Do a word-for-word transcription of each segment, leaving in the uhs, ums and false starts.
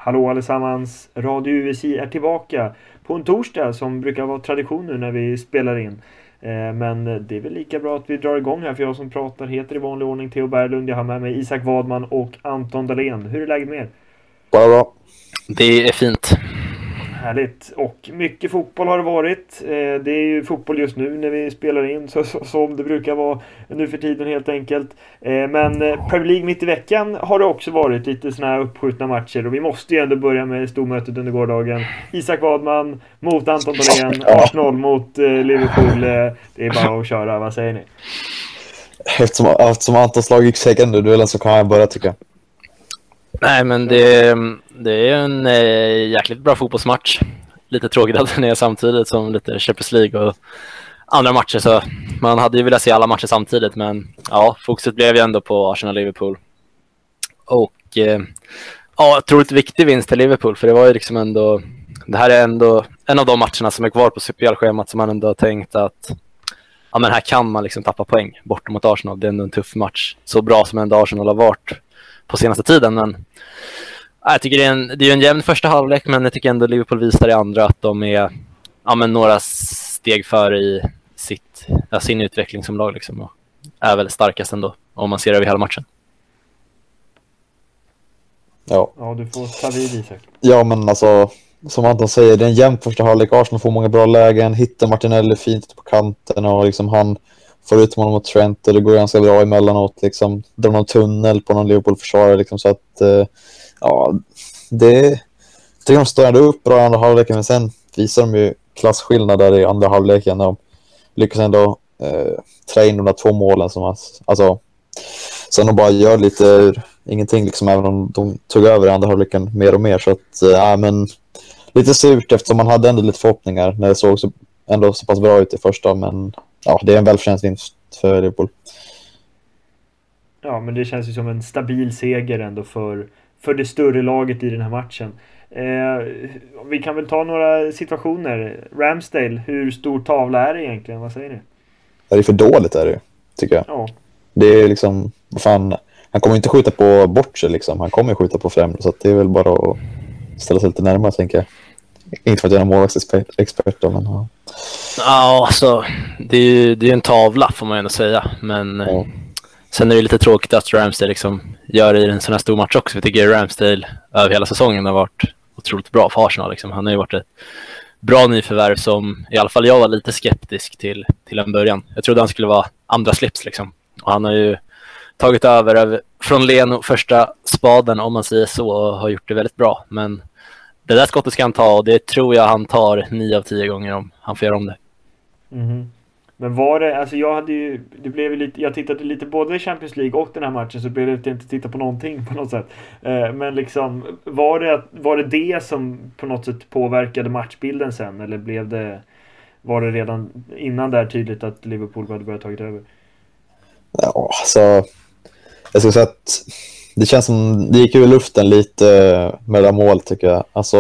Hallå allesammans, Radio U S J är tillbaka på en torsdag som brukar vara tradition nu när vi spelar in. Eh, men det är väl lika bra att vi drar igång här, för jag som pratar heter i vanlig ordning Theo Berglund. Jag har med mig Isak Wadman och Anton Dahlén. Hur är läget med er? Bara bra. Det är fint. Härligt. Och mycket fotboll har det varit. Eh, det är ju fotboll just nu när vi spelar in, så, så, som det brukar vara nu för tiden helt enkelt. Eh, men eh, Premier League mitt i veckan har det också varit lite såna här uppskjutna matcher. Och vi måste ju ändå börja med stormötet under gårdagen. Isak Wadman mot Anton Dahlén. Arsenal mot eh, Liverpool. Eh, det är bara att köra, vad säger ni? Eftersom, eftersom Antons lag gick säkert under duellen så kan jag börja tycka. Nej, men det, det är en eh, jäkligt bra fotbollsmatch. Lite tråkigt att den är samtidigt som lite Champions League och andra matcher. Så man hade ju velat se alla matcher samtidigt. Men ja, fokuset blev ju ändå på Arsenal-Liverpool. Och eh, ja, otroligt viktig vinst till Liverpool. För det var ju liksom ändå... Det här är ändå en av de matcherna som är kvar på spelschemat som man ändå har tänkt att... Ja, men här kan man liksom tappa poäng bort mot Arsenal. Det är ändå en tuff match. Så bra som ändå Arsenal har varit på senaste tiden, men ja, jag tycker det är en, det är en jämn första halvlek, men jag tycker ändå Liverpool visar i andra att de är ja, men några steg före i sitt, ja, sin utveckling som lag liksom, och är väl starkast ändå om man ser över hela matchen. Ja. Ja, du får ta vid, Isak. Ja, men alltså som Anton säger, det är en jämn första halvlek. Arsenal får många bra lägen, hittar Martinelli fint på kanten och liksom han får ut honom mot Trent och det går ganska bra emellanåt liksom, drar någon tunnel på någon Liverpool-försvarare liksom, så att eh, ja, det jag tycker de står ändå upp bra i andra halvleken, men sen visar de ju klasskillnader i andra halvleken. De lyckas ändå eh, trä in de där två målen som alltså, sen de bara gör lite ingenting liksom, även om de tog över i andra halvleken mer och mer, så att ja, äh, men lite surt eftersom man hade ändå lite förhoppningar när det såg så, ändå så pass bra ut i första, men ja, det är en välförtjänt vinst för Liverpool. Ja, men det känns ju som en stabil seger ändå för, för det större laget i den här matchen. Eh, vi kan väl ta några situationer. Ramsdale, hur stor tavla är det egentligen? Vad säger ni? Det är för dåligt är det, tycker jag. Ja. Det är liksom, vad fan, han kommer inte skjuta på bort sig liksom. Han kommer skjuta på främre, så att det är väl bara att ställa sig lite närmare, tänker jag. Inte för att jag är en målvaktsexpert, men ja. Ja, alltså, det är ju det är en tavla får man ändå säga, men ja. Sen är det lite tråkigt att Ramsdale liksom gör det i en sån här stor match också. Vi tycker Ramsdale över hela säsongen har varit otroligt bra för Arsenal liksom. Han har ju varit ett bra nyförvärv som i alla fall jag var lite skeptisk till till en början. Jag trodde han skulle vara andra slips liksom. Och han har ju tagit över, över från Leno första spaden om man säger så, och har gjort det väldigt bra, men det där skottet ska han ta, och det tror jag han tar nio av tio gånger om han får göra om det. Mm. Men var det, alltså jag hade ju, det blev ju lite, jag tittade lite både i Champions League och den här matchen, så blev det att jag inte titta på någonting på något sätt. Eh, men liksom, var det, var det det som på något sätt påverkade matchbilden sen, eller blev det, var det redan innan där tydligt att Liverpool hade börjat tagit över? Ja, så jag skulle säga att det känns som det gick ur luften lite med det mål, tycker jag. Alltså,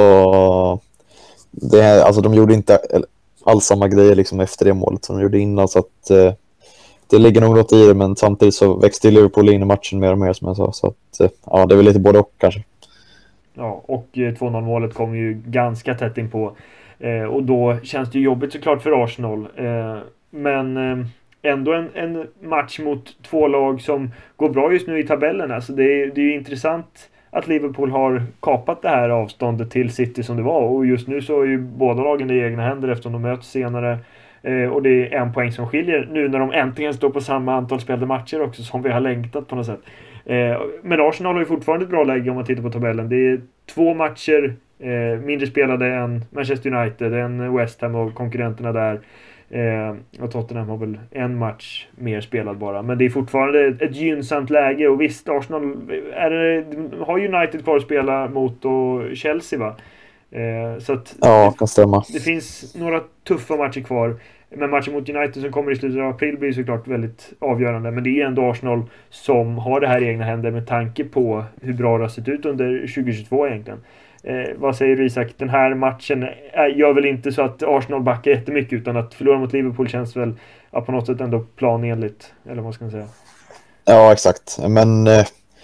det, alltså de gjorde inte alls samma grejer liksom efter det målet som de gjorde innan, så att eh, det ligger nog något i det, men samtidigt så växte Liverpool in i matchen mer och mer, som jag sa, så att eh, ja, det är väl lite både och kanske. Ja, och eh, två noll målet kom ju ganska tätt in på, eh, och då känns det ju jobbigt såklart för Arsenal, eh, men eh, ändå en, en match mot två lag som går bra just nu i tabellen. Alltså det, är, det är ju intressant att Liverpool har kapat det här avståndet till City som det var. Och just nu så är ju båda lagen i egna händer eftersom de möts senare. Eh, och det är en poäng som skiljer nu när de äntligen står på samma antal spelade matcher också, som vi har längtat på något sätt. Eh, men Arsenal har ju fortfarande ett bra läge om man tittar på tabellen. Det är två matcher eh, mindre spelade än Manchester United, än West Ham och konkurrenterna där. Eh, och Tottenham har väl en match mer spelad bara, men det är fortfarande ett, ett gynnsamt läge. Och visst, Arsenal är det, har United kvar att spela mot och Chelsea, va? Eh, så att ja, kan stämma. Det, det finns några tuffa matcher kvar, men matchen mot United som kommer i slutet av april blir såklart väldigt avgörande. Men det är ändå Arsenal som har det här i egna händer med tanke på hur bra det har sett ut under tjugohundratjugotvå egentligen. Eh, vad säger du, Isak? Den här matchen är, gör väl inte så att Arsenal backar jättemycket, utan att förlora mot Liverpool känns väl ja, på något sätt ändå planenligt, eller vad ska man säga? Ja, exakt. Men eh,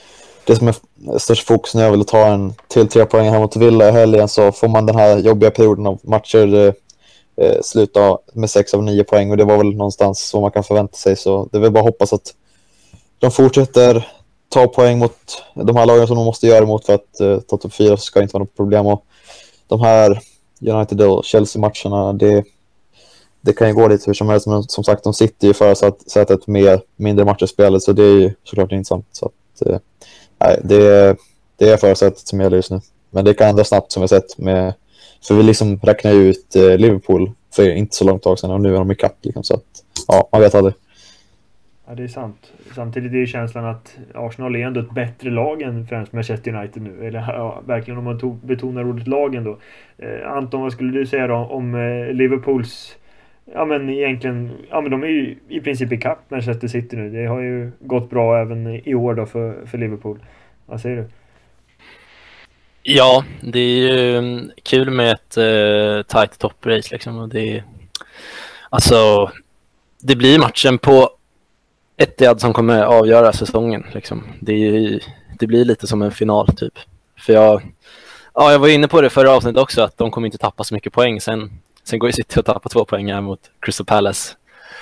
det som är störst fokus när jag vill ta en till tre poäng här mot Villa i helgen, så får man den här jobbiga perioden av matcher eh, sluta med sex av nio poäng, och det var väl någonstans vad man kan förvänta sig. Så det vill bara hoppas att de fortsätter ta poäng mot de här lagen som de måste göra mot för att eh, ta topp fyra, så ska det inte vara något problem. Och de här United och Chelsea-matcherna, det, det kan ju gå lite hur som helst, men som sagt, de sitter ju för sättet med mindre matcher spelet, så det är ju såklart intressant. Så att, eh, nej, det, det är förutsättet som gäller just nu. Men det kan ändra snabbt som jag sett med, för vi liksom räknar ju ut eh, Liverpool för inte så långt tag sedan, och nu är de i kapp liksom, så att ja, man vet aldrig. Ja, det är sant. Samtidigt är ju känslan att Arsenal är ändå ett bättre lag än främst Manchester United nu. Eller ja, verkligen om man tog, betonar ordet lagen då. Eh, Anton, vad skulle du säga då om eh, Liverpools... Ja men egentligen... Ja men de är ju i princip i kapp Manchester City nu. Det har ju gått bra även i år då för, för Liverpool. Vad säger du? Ja, det är ju kul med ett uh, tight top-race liksom. Och det är, alltså, det blir matchen på Etihad som kommer avgöra säsongen liksom. Det, är, det blir lite som en final typ. För jag, ja, jag var inne på det förra avsnittet också, att de kommer inte tappa så mycket poäng. Sen, sen går ju City att tappa två poäng här mot Crystal Palace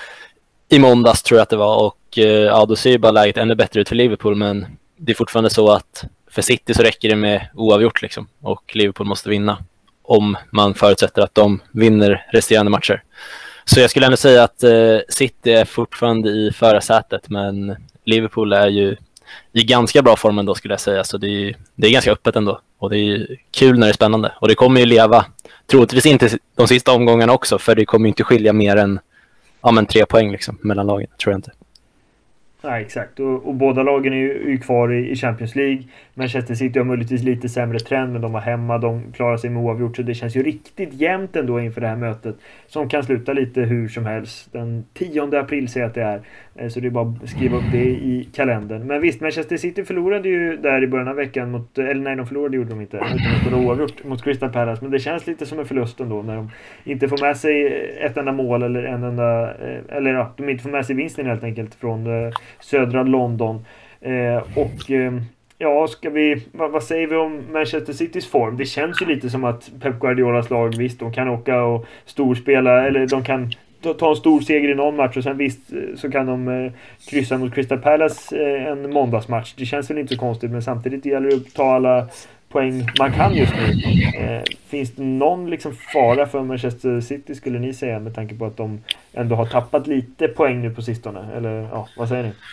i måndags tror jag att det var. Och uh, ja, då ser ju bara läget ännu bättre ut för Liverpool. Men det är fortfarande så att för City så räcker det med oavgjort liksom. Och Liverpool måste vinna om man förutsätter att de vinner resterande matcher. Så jag skulle ändå säga att eh, City är fortfarande i förarsätet, men Liverpool är ju i ganska bra form ändå skulle jag säga. Så det är, det är ganska öppet ändå. Och det är kul när det är spännande. Och det kommer ju leva, troligtvis inte de sista omgångarna också, för det kommer inte skilja mer än ja, men tre poäng liksom, mellan lagen, tror jag inte. Nej, exakt. Och, och båda lagen är ju, är kvar i, i Champions League. Manchester City har möjligtvis lite sämre trend, men de har hemma, de klarar sig med oavgjort. Så det känns ju riktigt jämnt ändå inför det här mötet, som kan sluta lite hur som helst. Den tionde april säger att det är. Så det är bara att skriva upp det i kalendern. Men visst, Manchester City förlorade ju där i början av veckan mot, eller nej, de förlorade gjorde de inte, utan de spelade oavgjort mot Crystal Palace. Men det känns lite som en förlust ändå när de inte får med sig ett enda mål eller en enda, eller ja, de inte får med sig vinsten helt enkelt från södra London. Eh, och eh, ja, ska vi, vad, vad säger vi om Manchester Citys form? Det känns ju lite som att Pep Guardiolas lag, visst, de kan åka och storspela, eller de kan ta en stor seger i någon match, och sen visst så kan de eh, kryssa mot Crystal Palace eh, en måndagsmatch. Det känns väl inte så konstigt, men samtidigt gäller det att ta alla poäng man kan just nu. Eh, finns det någon liksom fara för Manchester City, skulle ni säga, med tanke på att de ändå har tappat lite poäng nu på sistone? Eller ja, vad säger ni?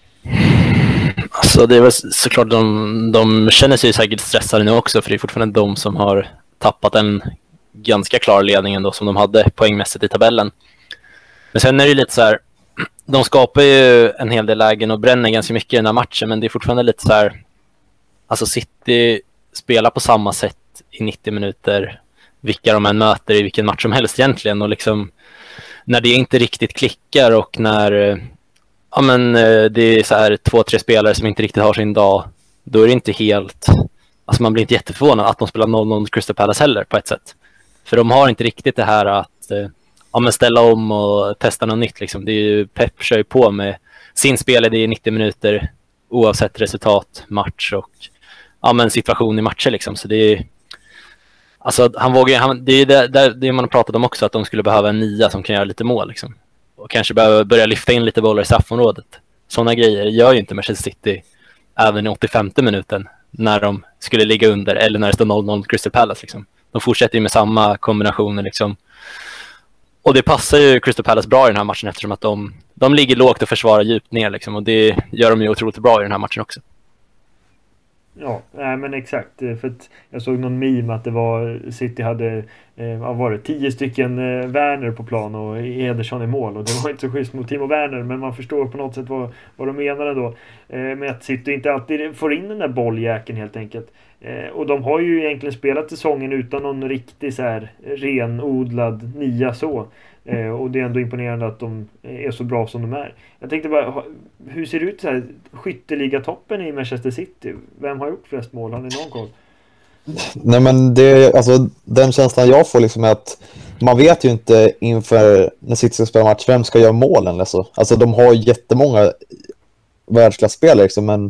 Alltså det är väl såklart, de, de känner sig säkert stressade nu också, för det är fortfarande de som har tappat en ganska klar ledning ändå som de hade poängmässigt i tabellen. Men sen är det ju lite så här, de skapar ju en hel del lägen och bränner ganska mycket i den här matchen, men det är fortfarande lite så här, alltså City spelar på samma sätt i nittio minuter vilka de än möter i vilken match som helst egentligen, och liksom när det inte riktigt klickar och när ja men det är så här två, tre spelare som inte riktigt har sin dag, då är det inte helt, alltså man blir inte jätteförvånad att de spelar noll noll mot Crystal Palace heller på ett sätt. För de har inte riktigt det här att ja, men ställa om och testa något nytt liksom. Det är ju, Pep kör ju på med sin spelare i nittio minuter oavsett resultat, match och ja, men situation i matcher liksom. Så det är alltså han vågar han, det är det, det, det man har pratat om också, att de skulle behöva en nia som kan göra lite mål liksom. Och kanske behöva börja lyfta in lite bollar i straffområdet. Sådana grejer gör ju inte Manchester City även i åttiofemte minuten när de skulle ligga under, eller när det står noll noll Crystal Palace liksom. De fortsätter ju med samma kombinationer liksom. Och det passar ju Crystal Palace bra i den här matchen, eftersom att de, de ligger lågt och försvarar djupt ner liksom, och det gör de ju otroligt bra i den här matchen också. Ja, nej, men exakt. För att jag såg någon meme att det var City hade eh, vad var det, tio stycken eh, Werner på plan och Ederson i mål, och det var inte så schysst mot Timo Werner, men man förstår på något sätt vad, vad de menade då eh, med att City inte alltid får in den där bolljäkeln helt enkelt. Eh, och de har ju egentligen spelat säsongen utan någon riktig så här renodlad nia så. Eh, och det är ändå imponerande att de är så bra som de är. Jag tänkte bara, hur ser det ut så här skytteligatoppen i Manchester City? Vem har gjort flest mål? Har ni någon koll? Nej, men det, alltså, den känslan jag får liksom är att man vet ju inte inför när City ska spela match vem ska göra målen. Alltså, alltså de har jättemånga världsklasspelare liksom, men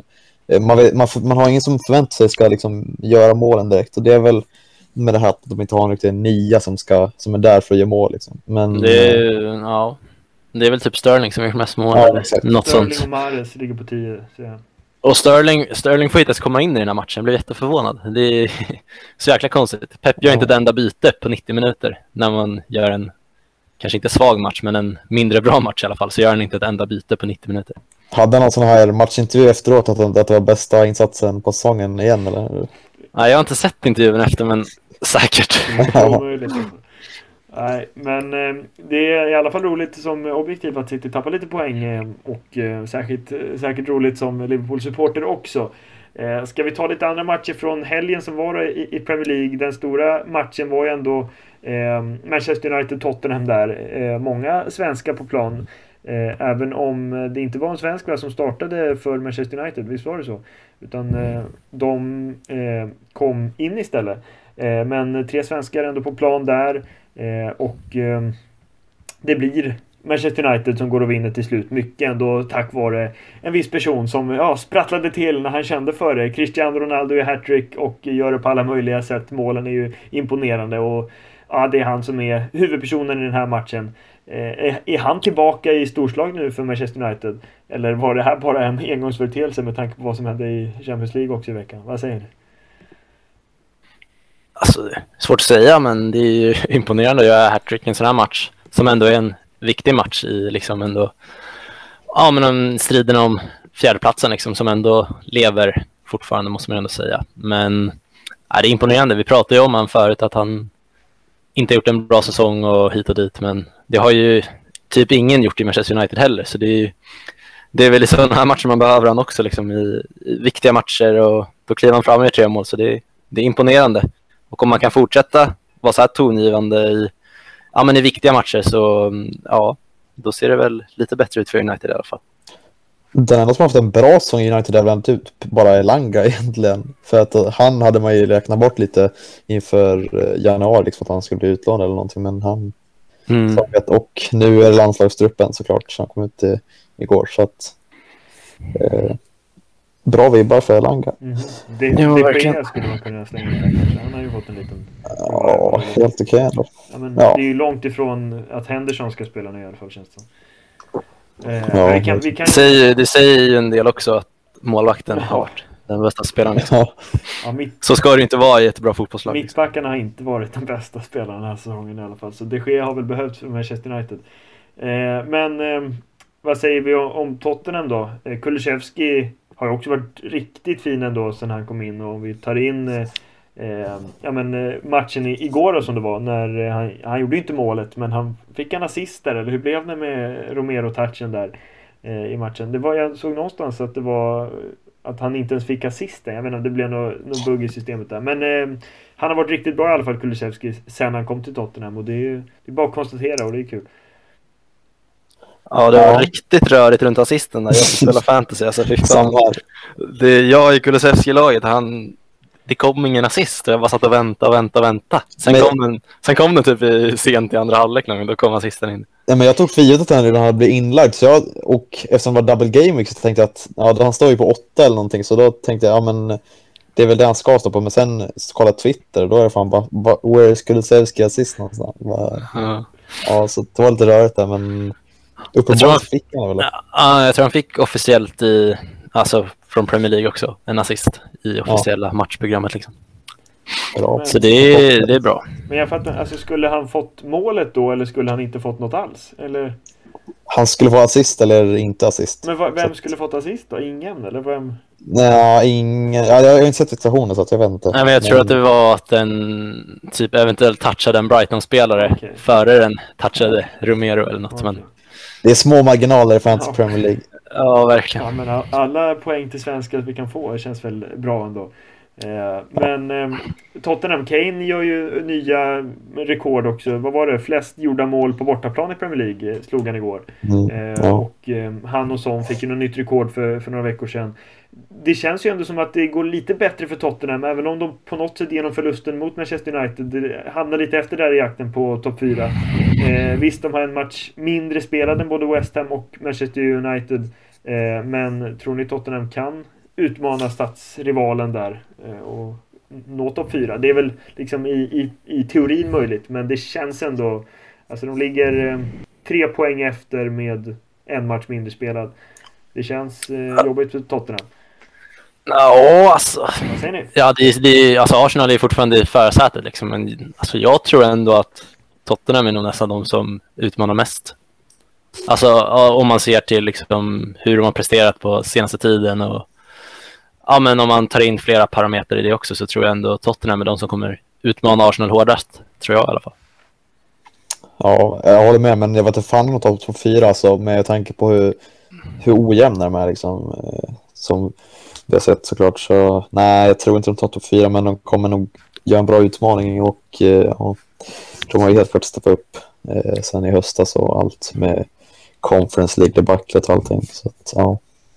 man, vet, man, man har ingen som förväntar sig ska liksom göra målen direkt. Och det är väl med det här att de inte har en riktig nia som, ska, som är där för att göra mål. Liksom. Men, det, är, ja, det är väl typ Sterling som är mest mål. Ja, eller exakt. något Sterling sånt. och Mahrez ligger på tio. Så ja. Och Sterling, Sterling får inte ens komma in i den här matchen. Jag blev jätteförvånad. Det är så jäkla konstigt. Pep gör Ja. inte ett enda byte på nittio minuter när man gör en, kanske inte svag match, men en mindre bra match i alla fall. Så gör han inte ett enda byte på nittio minuter. Hade han någon sån här matchintervju efteråt att, att det var bästa insatsen på säsongen igen? Eller? Nej, jag har inte sett intervjun efter, men säkert. Det är omöjligt. Nej, men eh, det är i alla fall roligt som objektiv att City tappar lite poäng eh, och eh, särskilt, eh, säkert roligt som Liverpool-supporter också. Eh, ska vi ta lite andra matcher från helgen som var i, i Premier League? Den stora matchen var ju ändå eh, Manchester United-Tottenham där. Eh, många svenskar på plan. Eh, även om det inte var en svensk va, som startade för Manchester United, visst var det så? Utan eh, de eh, kom in istället. Eh, men tre svenskar ändå på plan där. Eh, och eh, det blir Manchester United som går och vinner till slut. Mycket ändå tack vare en viss person som ja, sprattlade till när han kände för det. Cristiano Ronaldo är hattrick och gör det på alla möjliga sätt. Målen är ju imponerande och ja, det är han som är huvudpersonen i den här matchen. Eh, är han tillbaka i storslag nu för Manchester United? Eller var det här bara en engångsföreteelse med tanke på vad som hände i Champions League också i veckan? Vad säger ni? Alltså, det är svårt att säga, men det är ju imponerande att göra hattrick i en sån här match. Som ändå är en viktig match i liksom ändå, ja, men om striden om fjärdeplatsen liksom, som ändå lever fortfarande, måste man ändå säga. Men ja, det är imponerande. Vi pratade ju om han förut att han inte har gjort en bra säsong och hit och dit, men det har ju typ ingen gjort i Manchester United heller. Så det är ju, det är väl i sådana här matcher man behöver han också liksom, i, i viktiga matcher, och då kliver han fram med tre mål, så det, det är imponerande. Och om man kan fortsätta vara så här tongivande i, ja, men i viktiga matcher, så ja, då ser det väl lite bättre ut för United i alla fall. Den enda som har haft en bra säsong i United är väl typ bara Elanga egentligen. För att han hade man ju räknat bort lite inför januari liksom, att han skulle bli utlånad eller någonting. Men han Mm. och nu är det landslagstruppen såklart, så han kom ut i, igår. Så att eh, bra vibbar för Elanga. Mm. Det, Jo, det verkligen. skulle man kunna slänga in. Han har ju fått en liten... Ja, helt okej ändå. Ja, men Ja. det är ju långt ifrån att Henderson ska spela nu i alla fall, känns det som. Eh, Ja, vi kan, vi kan... Det säger, det säger ju en del också att målvakten Ja. har varit den bästa spelaren. Liksom. Ja, Ja, mitt, Så ska det inte vara i ett bra fotbollslag. Liksom. mittbackarna har inte varit den bästa spelaren den här säsongen i alla fall. Så De Gea har väl behövts för Manchester United. Eh, men eh, vad säger vi om, om Tottenham då? Eh, Kulusevski har ju också varit riktigt fin ändå sen han kom in. Och om vi tar in eh, eh, ja, men, eh, matchen i, igår då, som det var. När eh, han, han gjorde ju inte målet, men han fick en assist där. Eller hur blev det med Romero-touchen där eh, i matchen? Det var, jag såg någonstans att det var... att han inte ens fick assisten. Jag menar, det blev något, något bugg i systemet där. Men eh, han har varit riktigt bra i alla fall, Kulusevski, sen han kom till Tottenham. Och det är ju det är bara att konstatera, och det är kul. Ja, det var Ja. riktigt rörigt runt assisten där. Jag spelar fantasy. Alltså, fy fan. samma här. Det, jag i Kulusevski-laget, han, det kom ingen assist. Jag bara satt och väntade och väntade och väntade. Sen, Men- kom den, sen kom den typ i, sent i andra halvlek, men då kom assisten in. Ja, men jag tog för givet att han redan hade blivit inlagd, så jag, och eftersom det var double game week så tänkte jag att ja, då han står ju på åtta eller någonting, så då tänkte jag ja, men det är väl det han ska stå på. Men sen kolla Twitter, då är det fan bara, bara where is Kulusevski assist någonstans? Bara, Ja. ja, så det var lite rörigt där, men Jag tror uppenbarligen han- fick han väl. Ja, jag tror han fick officiellt i, alltså från Premier League också, en assist i officiella matchprogrammet liksom. Bra. Så det är, det är bra. Men jag fattar, alltså skulle han fått målet då, eller skulle han inte fått något alls? Eller, Han skulle få assist eller inte assist. men vad, vem Så- skulle fått assist då? Ingen? Eller vem? Nej, ingen, ja, jag har inte sett situationen så att jag vet inte. Nej, men jag tror att det var att den typ eventuellt touchade en Brighton-spelare Okej. före den touchade Romero eller något. Men, Okej. Det är små marginaler i Fantasy Ja. Premier League. ja, verkligen. Ja, men all- alla poäng till svenskar vi kan få känns väl bra ändå. Eh, men eh, Tottenham, Kane gör ju nya rekord också. Vad var det? Flest gjorda mål på bortaplan i Premier League eh, slog han igår. Mm. Eh, Ja. Och eh, han och Son fick ju något nytt rekord för, för några veckor sedan. Det känns ju ändå som att det går lite bättre för Tottenham, även om de på något sätt genom förlusten mot Manchester United det hamnar lite efter där i jakten på topp fyra. Eh, visst, de har en match mindre spelad än både West Ham och Manchester United. Eh, men tror ni Tottenham kan utmana stadsrivalen där eh, och nå topp fyra. Det är väl liksom i, i, i teorin möjligt, men det känns ändå, alltså de ligger eh, tre poäng efter med en match mindre spelad. Det känns eh, jobbigt för Tottenham. Ja, alltså. Vad säger ni? Ja, det, det, alltså Arsenal är fortfarande i förarsätet liksom, men alltså jag tror ändå att Tottenham är nog nästan de som utmanar mest. Alltså om man ser till liksom hur de har presterat på senaste tiden och ja, men om man tar in flera parametrar i det också, så tror jag ändå Tottenham är de som kommer utmana Arsenal hårdast, tror jag i alla fall. Ja, jag håller med, men jag vet inte fan om topp fyra alltså, med tanke på hur, hur ojämna de är liksom, eh, som vi har sett såklart, så nej, jag tror inte de tar topp fyra, men de kommer nog göra en bra utmaning och eh, ja, de har ju helt klart steppat upp eh, sen i höstas och allt med Conference League, debacklet och allting, så att, ja.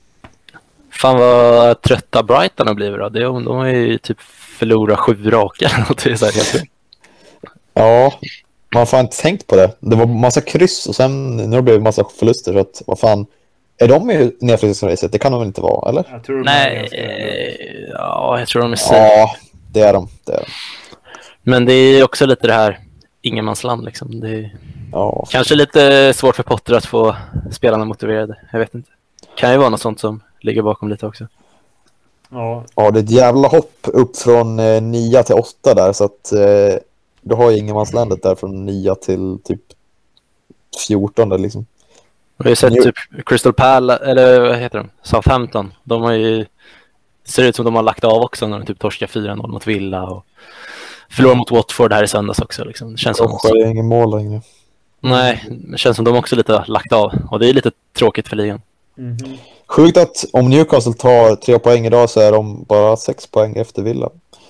Fan vad trötta Brighton har blivit då. Det, de har ju typ förlorat sju raka. Det är så här helt... Ja, man får inte tänkt på det. Det var massa kryss och sen nu har det blivit massa förluster, så att vad fan, är de i nedflyttningsracet? Det kan de väl inte vara, eller? Jag tror de Nej, är ganska... eh, ja, jag tror de är safe. Ja, det är de, det är de. Men det är också lite det här ingenmansland liksom. Det är Ja. kanske lite svårt för Potter att få spelarna motiverade. Jag vet inte. Kan ju vara något sånt som ligger bakom lite också. Ja, Ja, det är ett jävla hopp upp från eh, nio till åtta där, så att eh, du har ju ingenmanslandet där från nio till typ fjorton där liksom. Vi har ju sett Jo. typ Crystal Palace, eller vad heter de? Southampton. De har ju, ser ut som de har lagt av också när de typ torskar fyra noll mot Villa och förlorar mot Watford här i söndags också liksom. Det känns som Kanske är ingen mål längre. Nej, det känns som de också lite har lagt av, och det är lite tråkigt för ligan. mhm. Sjukt att om Newcastle tar tre poäng idag så är de bara sex poäng efter Villa.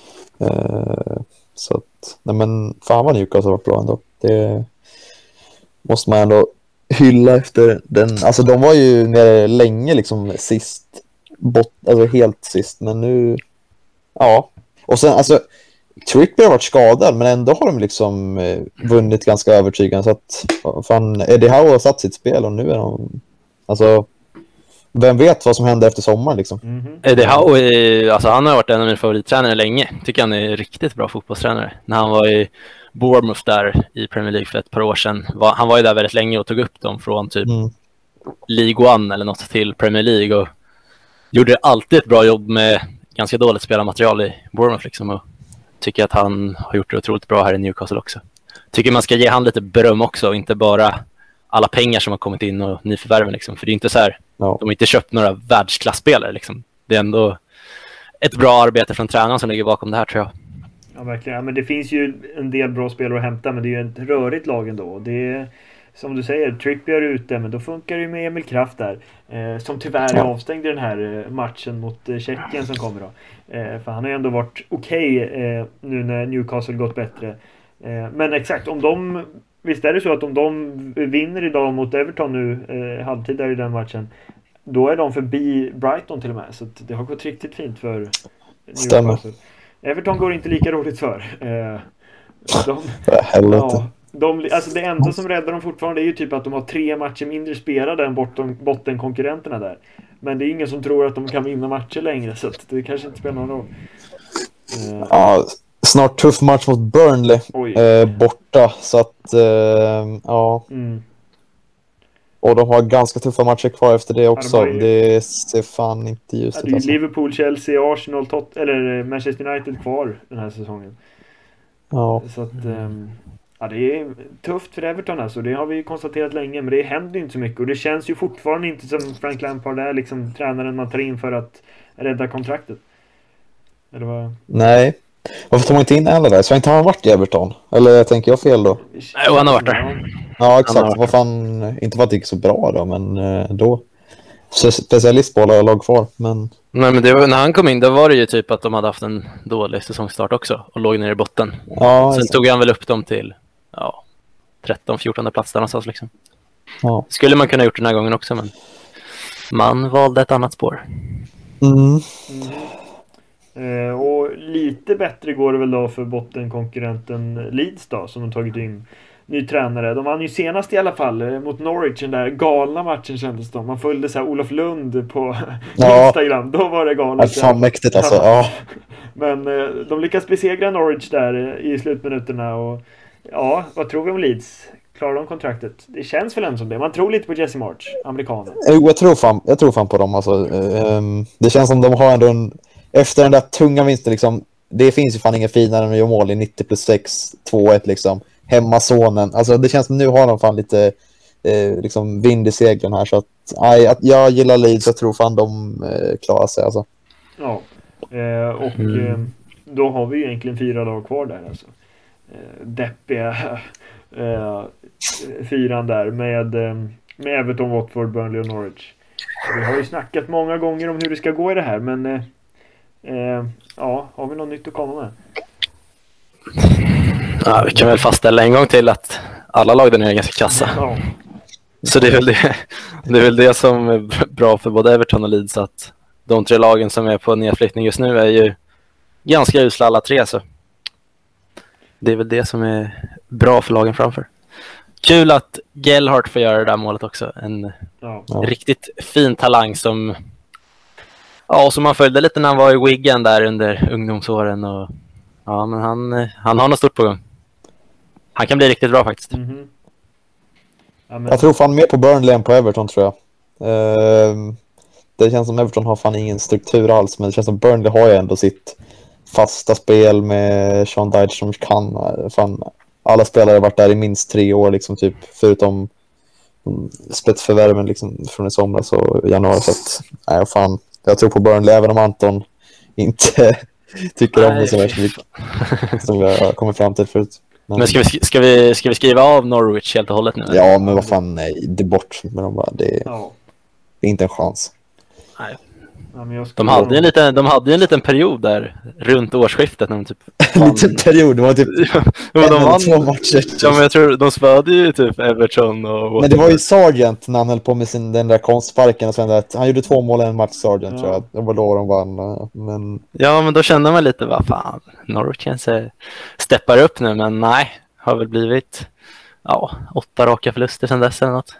Eh, så att, nej men fan vad Newcastle har varit bra ändå. Det måste man ändå hylla efter den. Alltså de var ju nere länge liksom sist, bot, alltså helt sist, men nu, ja. Och sen alltså, Trippier har varit skadad, men ändå har de liksom eh, vunnit ganska övertygande, så att fan, Eddie Howe har satt sitt spel och nu är de, alltså, vem vet vad som händer efter sommaren liksom. Mhm. Eddie Howe, är- alltså han har varit en av mina favorittränare länge. Tycker han är riktigt bra fotbollstränare. När han var i Bournemouth där i Premier League för ett par år sedan. Var, han var ju där väldigt länge och tog upp dem från typ Mm. League One eller något till Premier League. Och gjorde alltid ett bra jobb med ganska dåligt spelarmaterial i Bournemouth liksom. Och tycker att han har gjort det otroligt bra här i Newcastle också. Tycker man ska ge han lite beröm också, och inte bara alla pengar som har kommit in och nyförvärven liksom. För det är inte så här, Ja. de har inte köpt några världsklasspelare liksom. Det är ändå ett bra arbete från tränaren som ligger bakom det här, tror jag. Ja, verkligen. Ja, men det finns ju en del bra spelare att hämta, men det är ju ett rörigt lag ändå. Det är, som du säger, Trippier är ute, men då funkar det ju med Emil Kraft där. Eh, som tyvärr är Ja. avstängd i den här eh, matchen mot eh, Tjeckien som kommer då. Eh, för han har ju ändå varit okej eh, nu när Newcastle gått bättre. Eh, men exakt, om de... Visst är det så att om de vinner idag mot Everton nu, eh, halvtid där i den matchen, då är de förbi Brighton till och med. Så att det har gått riktigt fint för Stämmer. Newcastle. Everton går inte lika roligt för. Eh, de, För helvete. ja, de, alltså det enda som räddar dem fortfarande är ju typ att de har tre matcher mindre spelade än botten, bottenkonkurrenterna där. Men det är ingen som tror att de kan vinna matcher längre, så att det kanske inte spelar någon roll. Eh, Ja, snart tuff match mot Burnley oj. eh, borta, så att eh, ja, Mm. och de har ganska tuffa matcher kvar efter det också. har ju- Det ser fan inte Ja, ljust det är ut ju alltså. Liverpool, Chelsea, Arsenal, Tot- eller eh, Manchester United kvar den här säsongen. Ja. Så att, ehm, ja, det är tufft för Everton alltså. Det har vi ju konstaterat länge, men det händer ju inte så mycket. Och det känns ju fortfarande inte som Frank Lampard är liksom tränaren man tar in för att rädda kontraktet. Eller vad? Nej. Varför tar man inte in alla där? Så inte har han varit i Everton? Eller tänker jag fel då? Nej, och han har varit där. Ja, Han har exakt. varit Vad fan, inte för att det gick så bra då, men eh, då. Så specialist på alla lag kvar, men Nej, men det var, när han kom in, då var det ju typ att de hade haft en dålig säsongstart också och låg nere i botten. ja, Sen exakt. tog han väl upp dem till ja, tretton fjorton plats där någonstans liksom. Ja. Skulle man kunna gjort den här gången också, men man valde ett annat spår. Mm. Eh, och lite bättre går det väl då för bottenkonkurrenten Leeds då, som de tagit in ny tränare. De vann ju senast i alla fall mot Norwich, den där galna matchen kändes det. Man följde så här Olof Lund på ja. Instagram. Då var det galet. Ja, fan mäktigt alltså. Ja. Men de lyckas besegra Norwich där i slutminuterna. Och ja, vad tror vi om Leeds? Klarar de kontraktet? Det känns väl ändå som det. Man tror lite på Jesse March, amerikanen. Jo, jag tror fan, jag tror fan på dem. Alltså, um, det känns som de har ändå en... Efter den där tunga vinsten, liksom, det finns ju fan inga finare än att göra mål i nittio plus sex, två ett liksom. Hemmasonen. Alltså det känns som nu har de fan lite eh, liksom vind i seglen här. Så att, aj, att jag gillar Leeds, jag tror fan de eh, klarar sig alltså. Ja, eh, och Mm. eh, då har vi ju egentligen fyra dagar kvar där alltså. Eh, deppiga eh, fyran där med, eh, med Everton, Watford, Burnley och Norwich. Vi har ju snackat många gånger om hur det ska gå i det här, men eh, eh, ja, har vi något nytt att komma med? Ja, vi kan väl fastställa en gång till att alla lag där nere är ganska kassa. Ja, Så det är, väl det, det är väl det som är bra för både Everton och Leeds, att de tre lagen som är på nedflyttning just nu är ju ganska usla alla tre. Så det är väl det som är bra för lagen framför. Kul att Gellhardt får göra det där målet också. En ja. Ja. riktigt fin talang som, ja, som man följde lite när han var i Wigan där under ungdomsåren. Och, ja, men han, han har något stort på gång. Han kan bli riktigt bra faktiskt. Mhm. Ja, men, Jag tror fan mer på Burnley än på Everton, tror jag. Ehm, det känns som Everton har fan ingen struktur alls, men det känns som Burnley har ju ändå sitt fasta spel med Sean Dyche som kan. Fan, alla spelare har varit där i minst tre år, liksom, typ, förutom spetsförvärven liksom, från i somras och januari. Så att, nej, fan, jag tror på Burnley, även om Anton inte tycker om det så mycket som vi har kommit fram till förut. Men, Men ska vi, ska, vi, ska vi skriva av Norwich helt och hållet nu? ja, men vad fan, nej, det är bort med dem bara. Det är, ja. det är inte en chans. Nej. Ja, men jag De hade ju en liten, de hade ju en liten period där runt årsskiftet när de typ En liten period, det var typ ja, men en de eller vann, två matcher. ja, men jag tror de spöade ju typ Everton och Men det var ju Sargent när han höll på med sin, den där konstsparken och sen att han gjorde två mål i en match, Sargent, Ja. tror jag. Det var då de vann. Men Ja, men då kände man lite, vad fan, Norwich kanske steppar upp nu, men nej, har väl blivit ja, åtta raka förluster sedan dess eller något.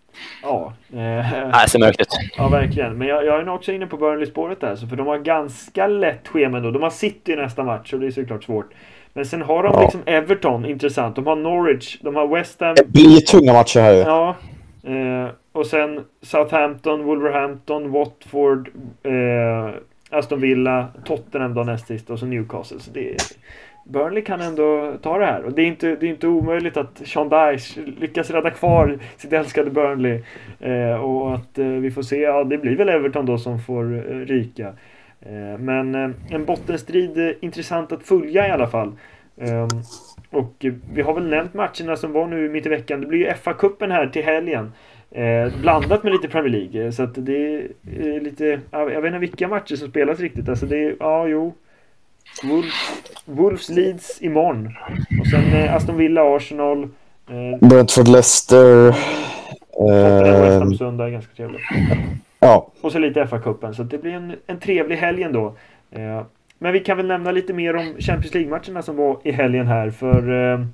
Ja, eh, Nej, ser mörkt ut. ja, verkligen. Men jag, jag är nog också inne på Burnley-spåret där. Så för de har ganska lätt schema då. De har City i nästa match och det är såklart svårt. Men sen har de Ja. liksom Everton, intressant. De har Norwich, de har West Ham. det blir tunga matcher här ju. Ja, eh, och sen Southampton, Wolverhampton, Watford, eh, Aston Villa, Tottenham då näst sist och så Newcastle. Så det är, Burnley kan ändå ta det här. Och det är inte, det är inte omöjligt att Sean Dyche lyckas rädda kvar sitt älskade Burnley. Eh, och att eh, vi får se, ja det blir väl Everton då som får eh, ryka. Eh, men eh, en bottenstrid eh, intressant att följa i alla fall. Eh, och eh, vi har väl nämnt matcherna som var nu mitt i veckan. Det blir ju F A-cupen här till helgen. Eh, blandat med lite Premier League. Så att det är lite, jag vet inte vilka matcher som spelas riktigt. Alltså det är, ja jo. Wolves, Wolves Leeds imorgon. Och sen eh, Aston Villa, Arsenal. Eh, Brentford, Leicester. Tottenham, West Ham Eh, söndag är ganska trevligt. ja, Och så lite F A-cupen. Så det blir en, en trevlig helg ändå. Eh, men vi kan väl nämna lite mer om Champions League-matcherna som var i helgen här. För eh,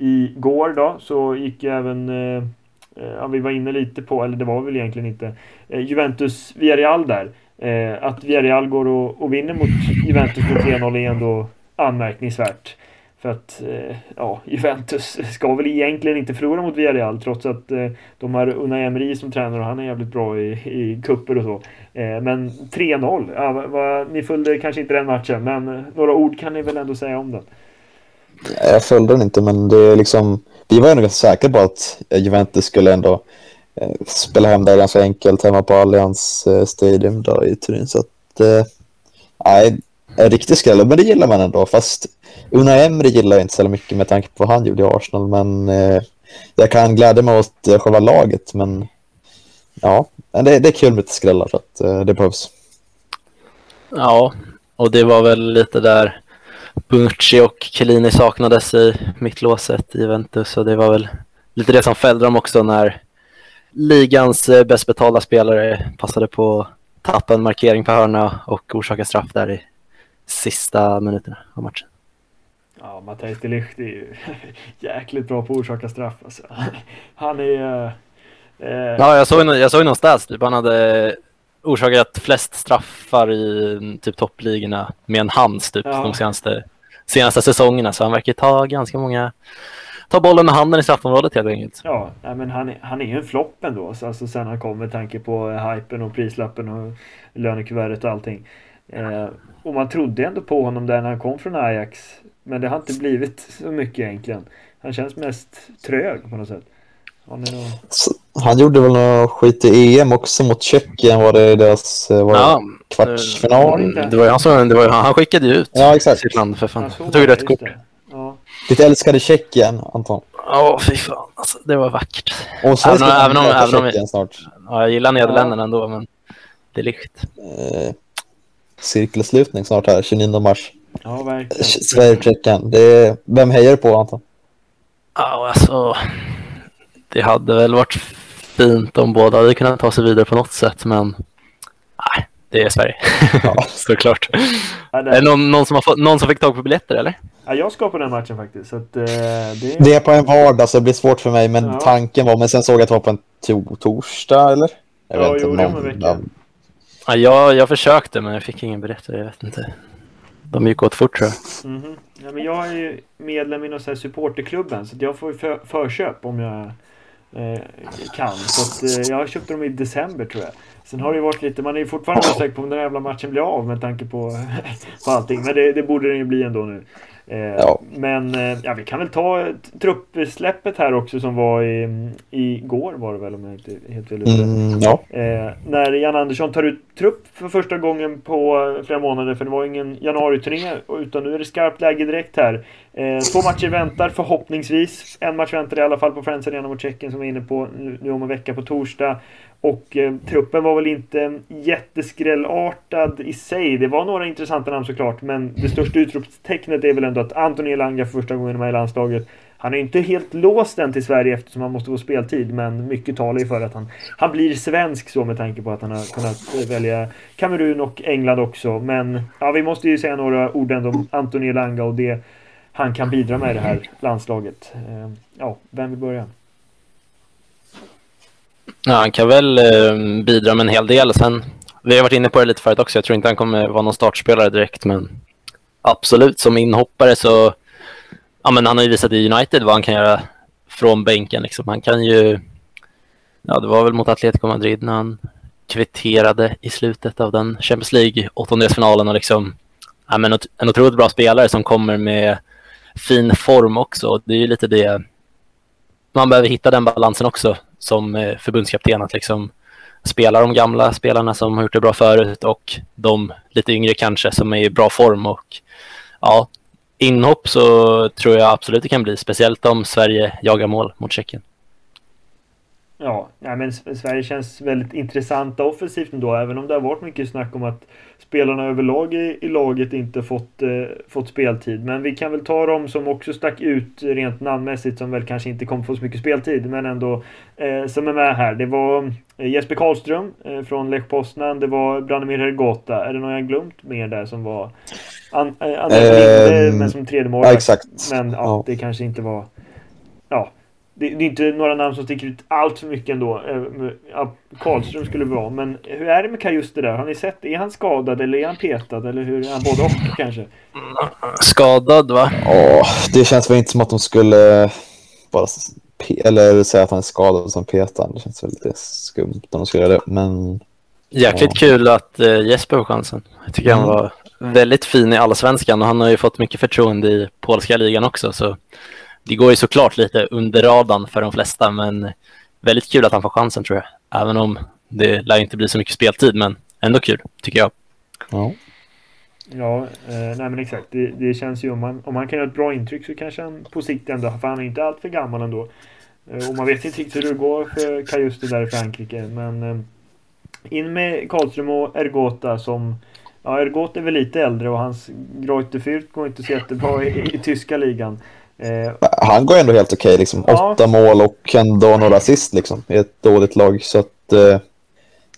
igår då så gick ju även... Eh, ja, vi var inne lite på, eller det var väl egentligen inte, eh, Juventus Villarreal där. Eh, att Villarreal går och, och vinner mot Juventus med tre noll är ändå anmärkningsvärt. För att eh, ja, Juventus ska väl egentligen inte förlora mot Villarreal trots att eh, de har Unai Emery som tränare och han är jävligt bra i, i kupper och så. Eh, men tre noll, ja, va, va, ni följde kanske inte den matchen, men eh, några ord kan ni väl ändå säga om den. jag följde den inte, men det är liksom, vi var ju nog ganska säkra på att Juventus skulle ändå eh, spela hem där ganska enkelt hemma på Allianz eh, Stadium då i Turin. Så att, eh, nej, en riktig skräll, men det gillar man ändå. Fast Unai Emery gillar jag inte så mycket med tanke på vad han gjorde i Arsenal, men eh, jag kan glädja mig åt eh, själva laget, men ja, men det, det är kul med lite skrällar så att eh, det behövs. Ja, och det var väl lite där Bonucci och Chiellini saknades i mittlåset i Juventus, och det var väl lite det som fällde dem också när ligans eh, bäst betalda spelare passade på att tappa en markering på hörna och orsaka straff där i sista minuterna av matchen. Ja, Matthijs de Ligt är ju jäkligt bra på att orsaka straff. Alltså. Han är... Eh, Ja, jag såg, jag såg någonstans typ han hade orsakat flest straffar i typ toppligorna med en hands typ Ja. de senaste, senaste säsongerna. Så han verkar ta ganska många... Ta bollen med handen i straffområdet helt enkelt. Ja, nej, men han är, han är ju en flopp ändå. Så alltså, sen han kom med tanke på hypen och prislappen och lönekuvertet och allting. Eh, och man trodde ändå på honom där när han kom från Ajax. Men det har inte blivit så mycket egentligen. Han känns mest trög på något sätt. Han, är nog... Så, han gjorde väl något skit i E M också mot Tjeckien, var det deras var det Ja, kvartsfinal? Mm, det var ju han som, det var ju, han skickade ju ut Ja, exakt. sitt land för fan. Jag såg Jag tog det, rätt just kort. det. Ja. Ditt älskade Tjeckien, Anton. Ja, fy fan. Alltså, det var vackert. Och så Även ska om- han även om- möta även om vi- Tjeckien snart. Ja, jag gillar Nederländerna ändå, men det är likt. Eh, cirkelslutning snart här, tjugonionde mars. Ja, verkligen. Sverige-Tjeckien. Det är... Vem hejar du på, Anton? Ja, alltså... Det hade väl varit fint om båda hade kunnat ta sig vidare på något sätt, men... Nej, det är Sverige. Ja. Såklart. Ja, Är det det, någon, någon, som har fått, någon som fick tag på biljetter, eller? ja, jag ska på den matchen faktiskt. Så att, eh, det... Det är på en vardag så det blir svårt för mig, men Ja. tanken var... Men sen såg jag att det var på en to- torsdag, eller? Jag Ja, vet jo, inte, det var en vecka. Ja, jag, jag försökte, men jag fick ingen biljetter. Jag vet inte. De gick åt fort, tror jag. Mhm. Ja, men jag är ju medlem i någon sån här supporterklubben så att jag får ju för, förköp om jag eh, kan. Så att, eh, jag köpte dem i december tror jag. Sen har det ju varit lite, man är ju fortfarande osäker på om den här jävla matchen blir av med tanke på, på allting. Men det, det borde den ju bli ändå nu. Eh, Ja. Men eh, ja, vi kan väl ta ett truppsläppet här också som var i, igår var det väl om jag inte är helt fel ute. Mm, ja. Eh, när Jan Andersson tar ut trupp för första gången på flera månader, för det var ingen januari-turné utan nu är det skarpt läge direkt här. Eh, två matcher väntar förhoppningsvis. En match väntar i alla fall på Friends Arena mot Tjeckien som är inne på nu, nu om en vecka på torsdag. Och eh, truppen var väl inte jätteskrällartad i sig. Det var några intressanta namn såklart, men det största utropstecknet är väl ändå att Anthony Elanga för första gången med i landslaget. Han är inte helt låst än till Sverige eftersom han måste få speltid, men mycket talar ju för att han, han blir svensk så med tanke på att han har kunnat välja Kamerun och England också. Men ja, vi måste ju säga några ord ändå om Anthony Elanga och det han kan bidra med i det här landslaget. Eh, ja, vem vill börja? Ja, han kan väl eh, bidra med en hel del. Sen, vi har varit inne på det lite förut också. Jag tror inte han kommer vara någon startspelare direkt, men absolut som inhoppare så... Ja, men han har ju visat i United vad han kan göra från bänken. Liksom. Han kan ju... Ja, det var väl mot Atletico Madrid när han kvitterade i slutet av den Champions League åttondelsfinalen och liksom... Ja, men en otroligt bra spelare som kommer med fin form också. Det är ju lite det... Man behöver hitta den balansen också som förbundskapten, att liksom spela de gamla spelarna som har gjort det bra förut och de lite yngre kanske som är i bra form. Och ja, inhopp så tror jag absolut det kan bli, speciellt om Sverige jagar mål mot Tjeckien. Ja, ja, men Sverige känns väldigt intressanta offensivt ändå, även om det har varit mycket snack om att spelarna överlag i, i laget inte fått, eh, fått speltid. Men vi kan väl ta dem som också stack ut rent namnmässigt, som väl kanske inte kommer få så mycket speltid, men ändå eh, som är med här. Det var Jesper Karlström eh, från Lech Poznan, det var Branimir Hergota. Är det någon jag glömt mer där som var an, eh, Anders Linde, Um, men som tredje mål? ja, exakt. Men ja, Ja. det kanske inte var... Ja, det, det är inte några namn som sticker ut allt för mycket ändå. Ja, Karlström skulle det vara. Men hur är det med Kajuste där? Har ni sett? Är han skadad eller är han petad? Eller hur är han? Både och kanske? Skadad, va? Ja, det känns väl inte som att de skulle bara pe- eller säga att han är skadad som petar. Det känns väl lite skumt om de skulle göra det, men Jäkligt Ja. kul att eh, Jesper får chansen. Jag tycker Mm. han var väldigt fin i Allsvenskan och han har ju fått mycket förtroende i polska ligan också. Så det går ju såklart lite under radarn för de flesta, men väldigt kul att han får chansen tror jag. Även om det lär inte bli så mycket speltid, men ändå kul tycker jag. ja. Ja, eh, nej men exakt. Det, det känns ju om man, om man kan göra ett bra intryck så kanske han på sikt ändå, för han är inte allt för gammal ändå. Eh, och man vet inte riktigt hur det går för Kajuste där i Frankrike. Men eh, in med Karlström och Ergota som... Ja, Ergota är väl lite äldre och hans Greuther Fürth går inte så jättebra i, i tyska ligan. Eh, Han går ändå helt okej liksom. Ja. Åtta mål och ändå några assist liksom i ett dåligt lag, så att eh,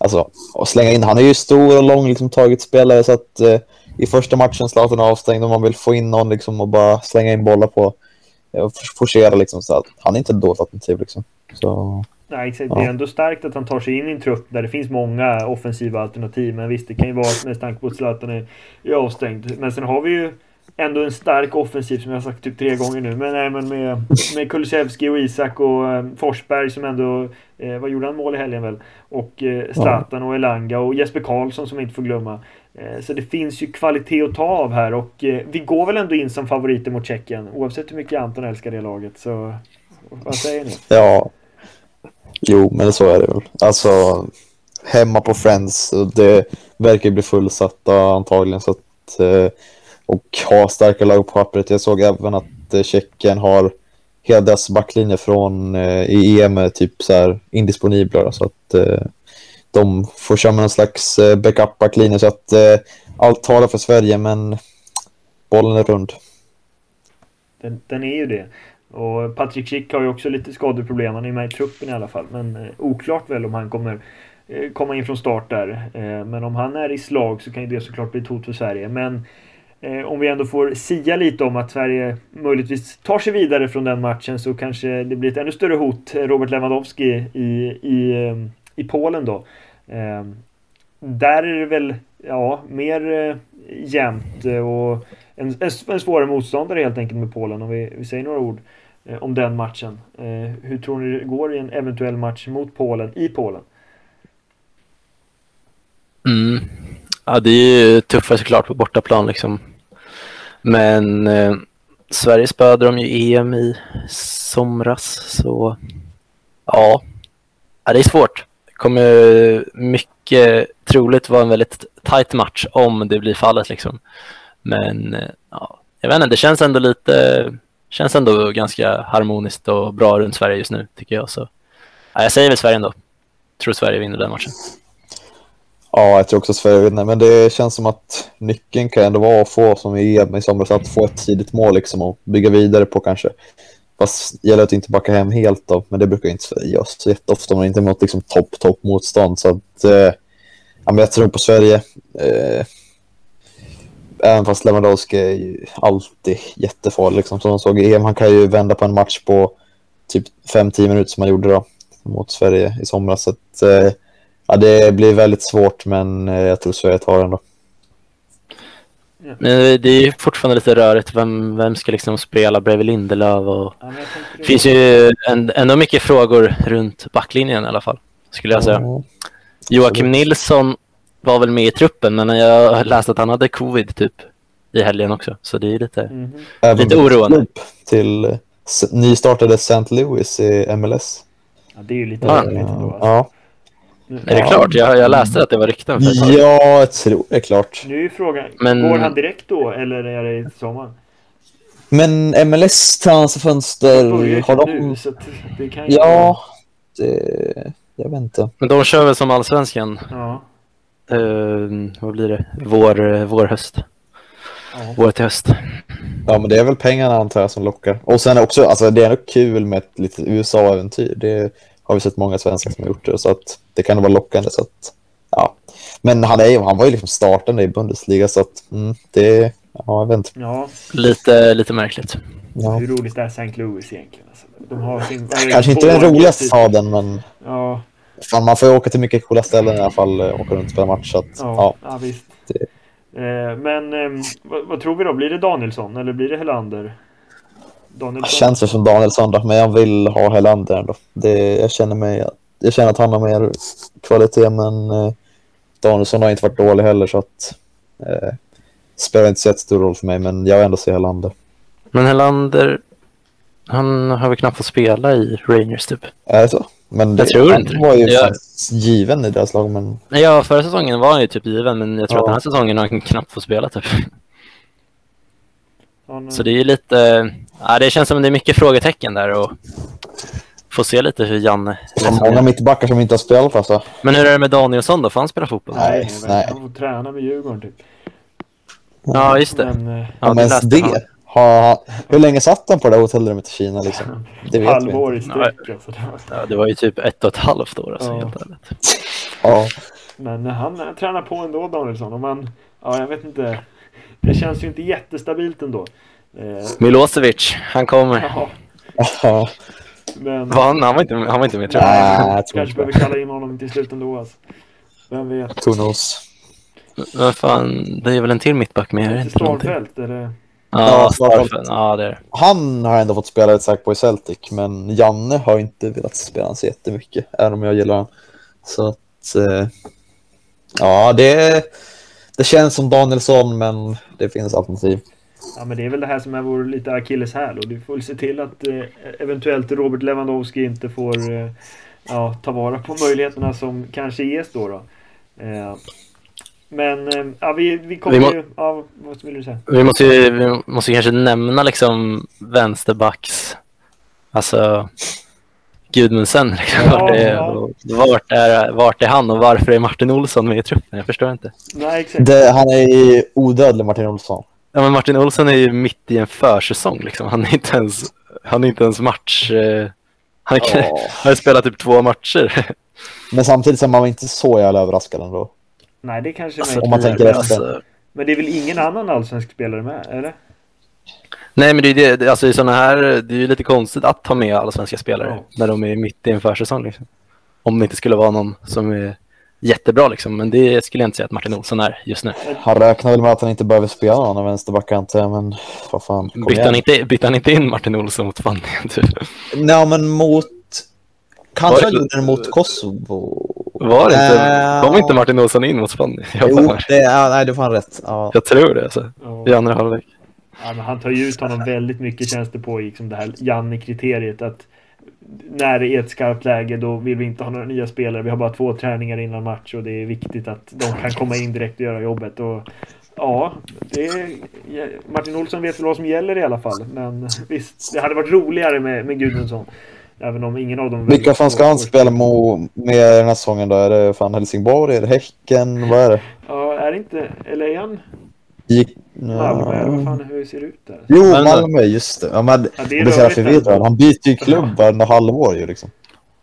alltså, och slänga in, han är ju stor och lång liksom, tagit spelare så att eh, i första matchen Zlatan avstängd och man vill få in någon liksom, och bara slänga in bollar på och forcera liksom, så att han är inte ett dåligt alternativ liksom. Så, nej, exakt. ja. Det är ändå starkt att han tar sig in i en trupp där det finns många offensiva alternativ, men visst, det kan ju vara att med tanke på att Zlatan är, är avstängd. Men sen har vi ju ändå en stark offensiv som jag har sagt typ tre gånger nu, men, nej, men med, med Kulusevski och Isak och eh, Forsberg som ändå eh, vad gjorde han mål i helgen väl, och eh, Zlatan och Elanga och Jesper Karlsson som inte får glömma. Eh, så det finns ju kvalitet att ta av här, och eh, vi går väl ändå in som favoriter mot Tjeckien oavsett hur mycket Anton älskar det laget, så vad säger ni? Ja, jo, men så är det väl. Alltså, hemma på Friends, det verkar bli fullsatta antagligen, så att eh, och ha starka lag på pappret. Jag såg även att eh, Tjeckien har hela deras backlinje från eh, i E M typ så här indisponibla, så att eh, de får köra med någon slags eh, backup backlinje, så att eh, allt talar för Sverige, men bollen är rund. Den, den är ju det. Och Patrick Schick har ju också lite skadeproblem. Han är med i truppen i alla fall. Men eh, oklart väl om han kommer eh, komma in från start där. Eh, men om han är i slag så kan ju det såklart bli ett hot för Sverige. Men eh, om vi ändå får sia lite om att Sverige möjligtvis tar sig vidare från den matchen, så kanske det blir ett ännu större hot. Robert Lewandowski i, i, eh, i Polen då. Eh, där är det väl ja, mer eh, jämnt och en, en svårare motståndare helt enkelt med Polen, om vi, vi säger några ord eh, om den matchen. Eh, hur tror ni det går i en eventuell match mot Polen i Polen? Mm. Ja, det är ju tuffare såklart på bortaplan liksom. Men eh, Sverige spöade de ju E M i somras, så ja, ja det är svårt. Det kommer mycket troligt vara en väldigt tight match om det blir fallet liksom. Men ja, jag vet inte, det känns ändå lite känns ändå ganska harmoniskt och bra runt Sverige just nu, tycker jag. Så ja, jag säger väl Sverige ändå. Tror Sverige vinner den matchen. Ja, jag tror också Sverige vinner, men det känns som att nyckeln kan ändå vara att få, som i E M i somras, att få ett tidigt mål liksom och bygga vidare på kanske. Fast gäller att inte backa hem helt då, men det brukar inte Sverige göra så jätteofta om man inte mot liksom topp, topp motstånd. Så att, eh, ja, men jag tror på Sverige. Eh, även fast Lewandowski är ju alltid jättefarlig liksom. Som de såg i E M, han kan ju vända på en match på typ fem till tio minuter som han gjorde då mot Sverige i somras. Så att, eh, ja, det blir väldigt svårt, men eh, jag tror Sverige tar den då. Men det är ju fortfarande lite rörigt. Vem, vem ska liksom spela bredvid Lindelöf? Och ja, det finns ju en, ändå mycket frågor runt backlinjen i alla fall, skulle jag säga. Mm. Joakim Nilsson var väl med i truppen, men jag läste att han hade covid typ i helgen också. Så det är lite, mm-hmm. lite oroande. Till uh, nystartade Saint Louis i M L S. Ja, det är ju lite ja. Roligt då. Alltså. Ja. Är det klart? Jag, jag läste att det var rykten. Ja, jag tror det är klart. Nu är frågan, men går han direkt då eller är det i sommar? Men M L S transferfönster har de... Nu, så det kan ju ja, det... jag vet inte. Men de kör väl som allsvenskan? Ja. Uh, vad blir det? Vår, vår höst. Ja. Vår till höst. Ja, men det är väl pengarna antar jag som lockar. Och sen också, alltså det är nog kul med ett litet U S A-äventyr. Det har vi sett många svenskar som har gjort det, så att det kan vara lockande, så att ja. Men han är ju, han var ju liksom startande i Bundesliga, så att mm, det ja, jag vet inte. Ja. Lite lite märkligt. Ja. Hur roligt är Saint Louis egentligen alltså? De har sin kanske inte den roligaste staden, men ja. Fan, man får ju åka till mycket coola ställen i alla fall, åka runt och spela match, så att, ja, ja. ja visst. Det... Eh, men eh, vad, vad tror vi då? Blir det Danielsson eller blir det Helander? Danielsson. Känns det som Danielsson då, men jag vill ha Helander ändå. Det, jag, känner mig, jag känner att han har mer kvalitet, men eh, Danielsson har inte varit dålig heller, så att eh, spelar inte så jättestor roll för mig, men jag vill ändå se Helander. Men Helander, han har väl knappt fått spela i Rangers typ. Är det så? Men det, jag tror han inte. var ju jag... given i deras lag, men... Ja, förra säsongen var han ju typ given, men jag tror ja. att den här säsongen har han knappt fått spela typ. Ja, så det är lite... Ja, det känns som det är mycket frågetecken där, och får se lite hur Janne... Det är många mittbackar som inte har spelat, alltså. Men hur är det med Danielsson då? Får han spela fotboll? Nej, nej. Han får träna med Djurgården typ. Ja, just det. Men, ja, ja, men det... det. Ha, hur länge satt han på det hotellrummet i Kina liksom? Det vet halvår i sträck. Ja, det var ju typ ett och ett halvt år alltså, ja. helt ärligt. Ja. Men han, han tränar på ändå, Danielsson. Och man, ja, jag vet inte. Det känns ju inte jättestabilt ändå. Eh, Milosevic, han kommer. ja, Ja. men Var han, han, var inte, han var inte med, tror jag. Nej, jag tror kanske inte. behöver kalla in honom till slut ändå. Alltså. Vem vet? Who knows? Vad fan, det är väl en till mittback med. Är det inte någonting? Starfelt, eller? Ja, Ja, Starfelt. Starfelt. Ja, det är det. Han har ändå fått spela ett säkert på i Celtic, men Janne har inte velat spela han så jättemycket, även om jag gillar han. Så att, eh, ja, det, det känns som Danielsson, men det finns alternativ. Ja, men det är väl det här som är vår lite akilleshäl, och du får väl se till att eh, eventuellt Robert Lewandowski inte får eh, ja, ta vara på möjligheterna som kanske ges då. då. Eh, men eh, ja, vi, vi kommer Vi må- ju... Ja, vad vill du säga? Vi måste ju vi måste ju kanske nämna liksom vänsterbacks, alltså Gudmundsen. Liksom, Ja, vart, är, ja. och vart, är, vart är han och varför är Martin Olsson med i truppen? Jag förstår inte. Nej, exakt. Det, han är ju odödlig, Martin Olsson. Ja, men Martin Olsson är ju mitt i en försäsong. Liksom. Han är inte ens, han är inte ens match... Eh, han är, Ja. har spelat typ två matcher. Men samtidigt så är man inte så jävla överraskad ändå. Nej, det kanske Alltså, man om man inte tänker är. efter. Alltså, Men det är väl ingen annan allsvensk spelare med, eller? nej, men det är det, det- alltså i såna här, det är ju lite konstigt att ta med alla svenska spelare Ja. när de är mitt i en försäsong. Liksom. Om det inte skulle vara någon som är jättebra, liksom. Men det skulle jag inte säga att Martin Olsson är just nu. Han räknar väl med att han inte behöver spela någon av vänsterbackar, inte jag, men vad fan. kom Bytte igen. han, inte, bytte han inte in Martin Olsson mot Spanien? Typ? Nej, men mot... Kanske Var han det- gjorde det mot Kosovo. Var det inte, Äh, kom inte Martin Olsson in mot Spanien? Jag, Jo, bara, det, ja, nej, du får han rätt. Ja. jag tror det, alltså. Ja. I andra halvlek. Ja, men han tar ju ut honom väldigt mycket, känns det på, liksom det här Janne-kriteriet, att när det är ett skarpt läge då vill vi inte ha några nya spelare. Vi har bara två träningar innan match och det är viktigt att de kan komma in direkt och göra jobbet. Och ja, det är, Martin Olsson vet väl vad som gäller i alla fall. Men visst, det hade varit roligare med, med Gudmundsson. Även om ingen av dem... Vilka fan ska han spela mo- med den här säsongen då? Är det fan Helsingborg? Är det Häcken? Vad är det? Ja, är det inte... Eller är han Gick... Malmö? Eller vad Ja. fan, hur ser det ut där? Jo, Men- Malmö, just det. Ja, men Ja, det det är blir så här rörigt förvirrad. ändå. Han byter ju klubb varje halvår ju liksom.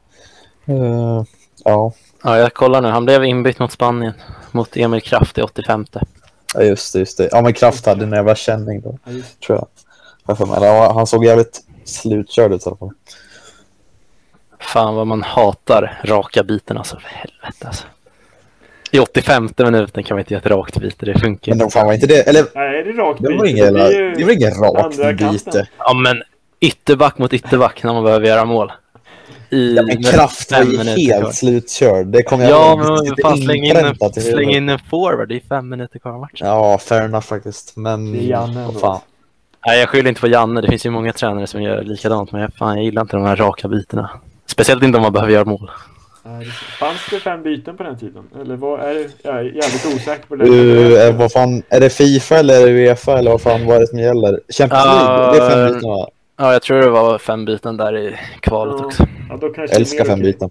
Uh, ja. Ja, jag kollar nu. Han blev inbytt mot Spanien. Mot Emil Kraft i åttiofemte. ja, just det, just det. Ja, men Kraft hade en jävla känning då, Ja, just. tror jag. jag. får med. Ja, han såg jävligt slutkörd ut i alla fall. Fan vad man hatar raka biten, alltså. För helvete, alltså. I åttiofemte minuten kan man inte ge ett rakt byte. Det funkar Men inte. de fan var inte det. Eller, Nej, är det rakt det var byte? ingen, blir ju det var ingen rakt andra kanten. byte. Ja, men ytterback mot ytterback när man behöver göra mål. I Ja, men med Kraft var fem ju minuter kvar. helt slutkörd. Det kommer jag Ja, ihåg. men Det vad är fan, släng in, en, inpräntat i släng huvudet. in en forward. Det är fem minuter kvar av matchen. Ja, fair enough faktiskt. Men Det är Janne vad ändå. fan. Nej, jag skyller inte på Janne. Det finns ju många tränare som gör likadant. Men jag, fan, jag gillar inte de här raka bitarna. Speciellt inte om man behöver göra mål. Nej, det- Fanns det fem byten på den tiden? Eller vad är det? Jag är jävligt osäker på det. Uh, är, vad fan, är det FIFA eller är det UEFA eller vad fan vad är det som gäller? Champions League, det är fem byten va? Ja, jag tror det var fem byten där i kvalet Ja. också. Ja, då kanske Jag det är älskar mer fem okej. byten.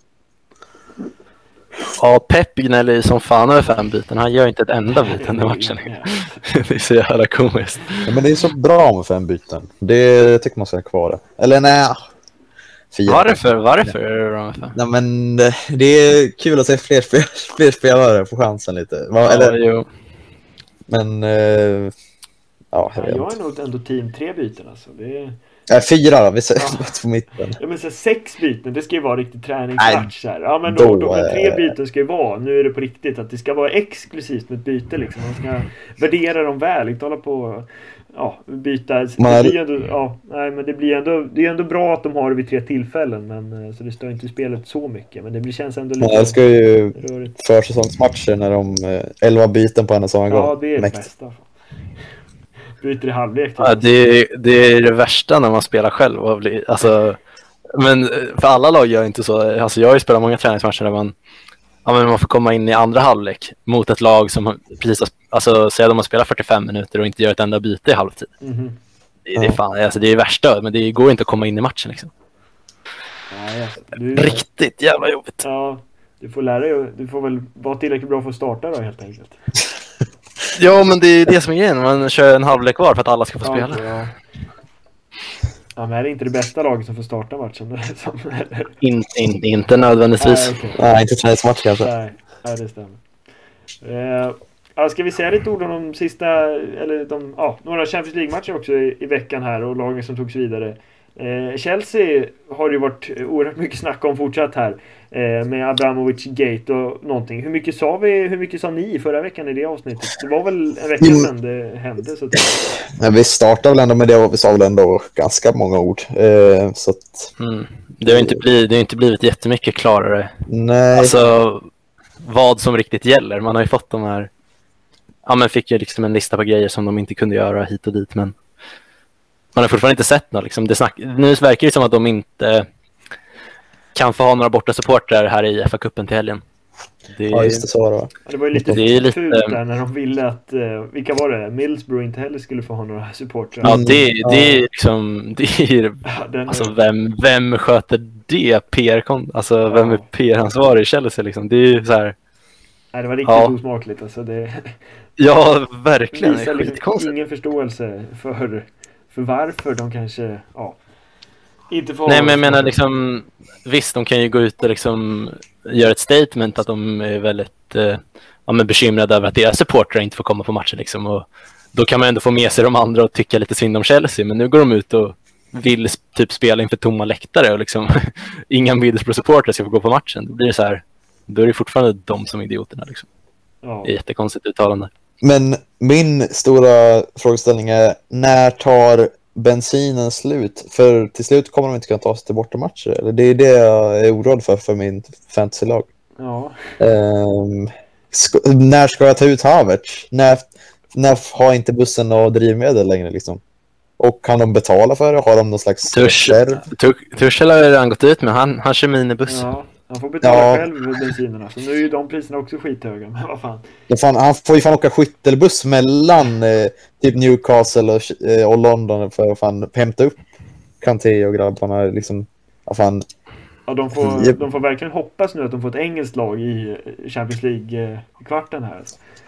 Ja, Pep gnäller ju som fan över fem byten. Han gör inte ett enda byte under matchen. Det är så jävla komiskt. Ja, men det är så bra med fem byten. Det tycker man ska ha kvar det. Eller nej. Fyra. Varför? Varför är det bra med fem? Nej, men eh, det är kul att se fler, fler, fler spelare få chansen lite. Va, Ja, eller, jo. men eh, ja, jag Ja, vet jag är inte. nog ändå team tre byten alltså. Det är... Nej, fyra då, vi säger Ja. på mitten. Ja, men så sex byten, det ska ju vara riktigt träningsmatch här. Ja, men då, då, då, men tre eh, byten ska ju vara, nu är det på riktigt, att det ska vara exklusivt med ett byte liksom. Man ska värdera dem väl, inte hålla på ja, byta. Man Det är- blir ändå, ja, nej, men det blir ändå, det är ändå bra att de har det vid tre tillfällen, men så det stör inte spelet så mycket. Men det blir, känns ändå Man lite älskar ju rörigt. försäsongsmatcher när de eh, elva byten på en och samma gång. Ja, det är det Mäktigt. bästa. Byter i halvlek. Ja, det, är, det är det värsta när man spelar själv. Och blir, alltså, men för alla lag gör inte så. Alltså, jag har ju spelat många träningsmatcher där man, ja, men man får komma in i andra halvlek mot ett lag som har- precis har, alltså, säg att de har spelat fyrtiofem minuter och inte gör ett enda byte i halvtid. Mhm. Det, det, är fan, alltså, det är värsta, men det går inte att komma in i matchen. Liksom. Nej, alltså, du, Riktigt jävla jobbigt. ja, du får lära dig, du får väl vara tillräckligt bra för att starta då helt enkelt. Ja, men det är det som är grejen. Man kör en halvlek kvar för att alla ska få spela. Ja, ja. Ja, men är det inte det bästa laget som får starta matchen? Som, eller? In, in, inte nödvändigtvis. Nej, okej. Nej, inte träningsmatch kanske. Nej. Ja, det stämmer. Eh, ja, ska vi säga lite ord om de sista, eller de, ja, några Champions League-matcher också i, i veckan här och lagen som togs vidare. Eh, Chelsea har ju varit oerhört mycket snack om fortsatt här eh, med Abramovich Gate och någonting. Hur mycket sa vi, hur mycket sa ni förra veckan i det avsnittet? Det var väl en vecka sedan det hände. Så att... Men vi startade väl ändå med det och vi sa väl ändå ganska många ord. Eh, så att... mm. Det har inte blivit, det har inte blivit jättemycket klarare. Nej. Alltså vad som riktigt gäller. Man har ju fått de här, ja men fick ju liksom en lista på grejer som de inte kunde göra hit och dit, men man har fortfarande inte sett något liksom. Det snack... Nu verkar det som att de inte kan få ha några borta supportrar här i F A-cupen till helgen. Det... Ja, just det, så var det, va? Ja, det var ju lite det är lite fult där när de ville att, uh, vilka var det? Middlesbrough inte heller skulle få ha några supportrar. Ja, det, det är liksom, det är, ja, alltså vem, vem sköter det? P R, alltså vem är P R-ansvarig i Chelsea liksom? Det är ju så här. Nej, det var riktigt ja. osmakligt alltså det. Ja, verkligen. Det visar liksom ingen förståelse för, för varför de kanske, ja. Inte får. Nej, men jag menar liksom, visst, de kan ju gå ut och liksom göra ett statement att de är väldigt eh, ja, men bekymrade över att deras supportrar inte får komma på matcher liksom, och då kan man ändå få med sig de andra och tycka lite synd om Chelsea, men nu går de ut och vill typ spela inför tomma läktare och liksom inga Middlesbrough-supportrar ska få gå på matchen. Då blir det så här, då är det fortfarande de som är idioterna liksom. Ja. Det är jättekonstigt uttalande. Men min stora frågeställning är, när tar bensinen slut? För till slut kommer de inte kunna ta sig till bortamatcher. Eller det är det jag är oroad för för min fantasylag. Ja. Um, ska, när ska jag ta ut Havertz? När, när har inte bussen och drivmedel längre liksom? Och kan de betala för det? Har de någon slags reserv? Tuchel har redan gått ut med han, han kör minibuss. Ja, han får betala ja. själv bensinerna. Så nu är ju de priserna också skithöga. Men vad fan. fan han får ju fan åka skyttelbuss mellan eh, typ Newcastle och, eh, och London för att fan hämta upp Kanté och grabbarna liksom. Ja, fan. Ja, de får, de får verkligen hoppas nu att de får ett engelskt lag i Champions League-kvarten här.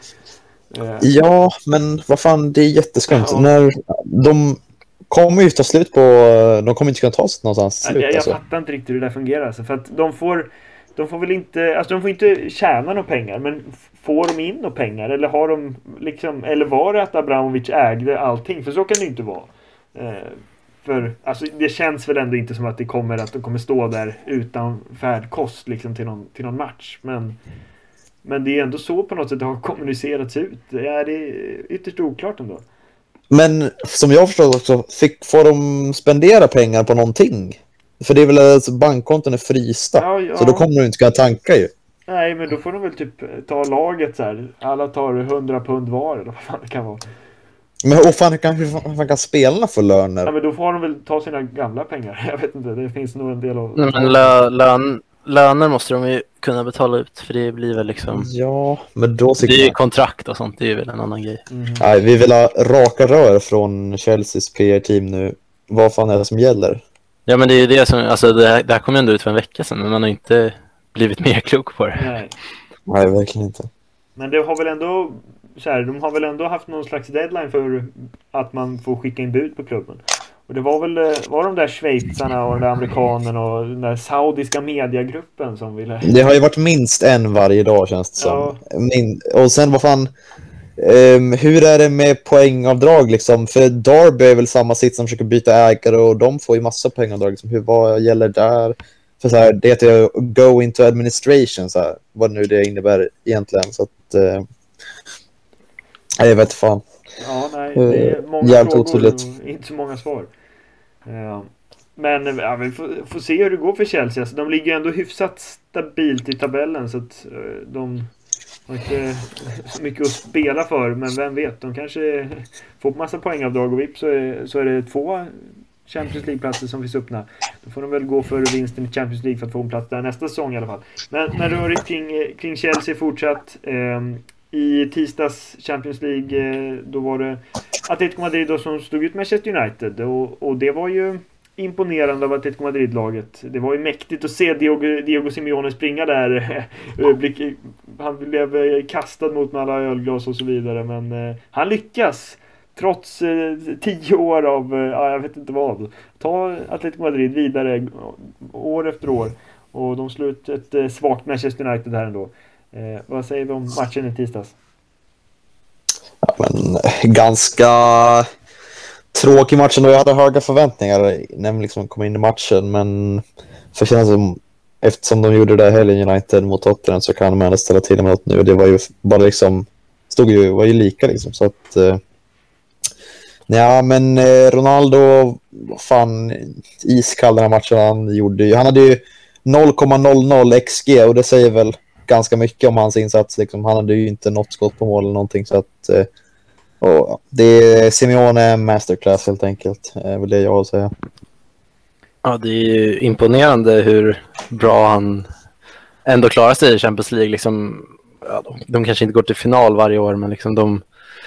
Ja, men vad fan, det är jätteskumt. Ja. När de kommer ju ta slut på, de kommer inte kunna ta sig någonstans slut, jag, jag alltså. fattar inte riktigt hur det fungerar alltså, för att de får de får väl inte, alltså de får inte tjäna några pengar, men får de in några pengar eller har de liksom, eller var det att Abramovich ägde allting? För så kan det inte vara. Eh, för alltså det känns väl ändå inte som att det kommer att de kommer stå där utan färdkost liksom till någon till någon match, men men det är ändå så på något sätt det har kommunicerats ut. Det är ytterst oklart ändå. Men som jag förstår också, fick, får de spendera pengar på någonting? För det är väl att bankkonton är frysta. Ja, ja. Så då kommer de inte kunna tanka ju. Nej, men då får de väl typ ta laget så här. Alla tar hundra pund var eller vad fan det kan vara. Men hur fan kan, hur fan kan spelarna få löner? Ja, men då får de väl ta sina gamla pengar. Jag vet inte, det finns nog en del av... Nej, men lö, lön, löner måste de ju kunna betala ut, för det blir väl liksom... Ja, men då det är ju kontrakt och sånt, det är väl en annan grej. Mm. Nej, vi vill ha raka rör från Chelseas P R-team nu. Vad fan är det som gäller? Ja, men det är ju det som... Alltså, det här, det här kom ju ändå ut för en vecka sedan, men man har inte blivit mer klok på det. Nej. Nej, verkligen inte. Men det har väl ändå... Så här, de har väl ändå haft någon slags deadline för att man får skicka in bud på klubben. Och det var väl var de där schweizarna och de där amerikanerna och den där saudiska mediagruppen som ville... Det har ju varit minst en varje dag, känns det som. Ja. Min, och sen vad fan... Um, hur är det med poängavdrag liksom? För Derby är väl samma sitt som försöker byta ägare och de får ju massa poängavdrag. Liksom. Hur, vad gäller där? För så här, det heter ju go into administration, så här, vad nu det innebär egentligen. Så att... Uh, jag vet fan. Ja, nej, det är många Jävligt frågor otroligt. och inte så många svar. Ja. Men ja, vi får, får se hur det går för Chelsea. Alltså, de ligger ju ändå hyfsat stabilt i tabellen, så att uh, de har inte så mycket att spela för. Men vem vet, de kanske får massa poängavdrag och vips så är, så är det två Champions League-platser som finns öppna. Då får de väl gå för vinsten i Champions League för att få en plats där nästa säsong i alla fall. Men när rörigt kring, kring Chelsea fortsatt... Um, I tisdags Champions League då var det Atletico Madrid då som stod ut Manchester United och, och det var ju imponerande av Atletico Madrid-laget. Det var ju mäktigt att se Diego, Diego Simeone springa där. Han blev kastad mot med alla ölglas och så vidare, men han lyckas trots tio år av, ja, jag vet inte vad, ta Atletico Madrid vidare år efter år, och de slog ut ett svagt Manchester United här ändå. Eh, vad säger vi om matchen i tisdags? Ja, men, ganska tråkig match och jag hade höga förväntningar när vi liksom kom in i matchen, men för känns som eftersom de gjorde det helgen United mot Tottenham så kan de ändå ställa till med något nu. Det var ju bara liksom stod ju var ju lika liksom så att eh, ja, men eh, Ronaldo fan iskall den här matchen han gjorde ju. Han hade ju noll komma noll noll X G och det säger väl ganska mycket om hans insats liksom. Han hade ju inte något skott på mål eller någonting så att eh, och det är Simeone masterclass helt enkelt. Det är väl det jag har att säga. Ja, det är ju imponerande hur bra han ändå klarar sig i Champions League. Liksom, ja, de, de kanske inte går till final varje år, men liksom de,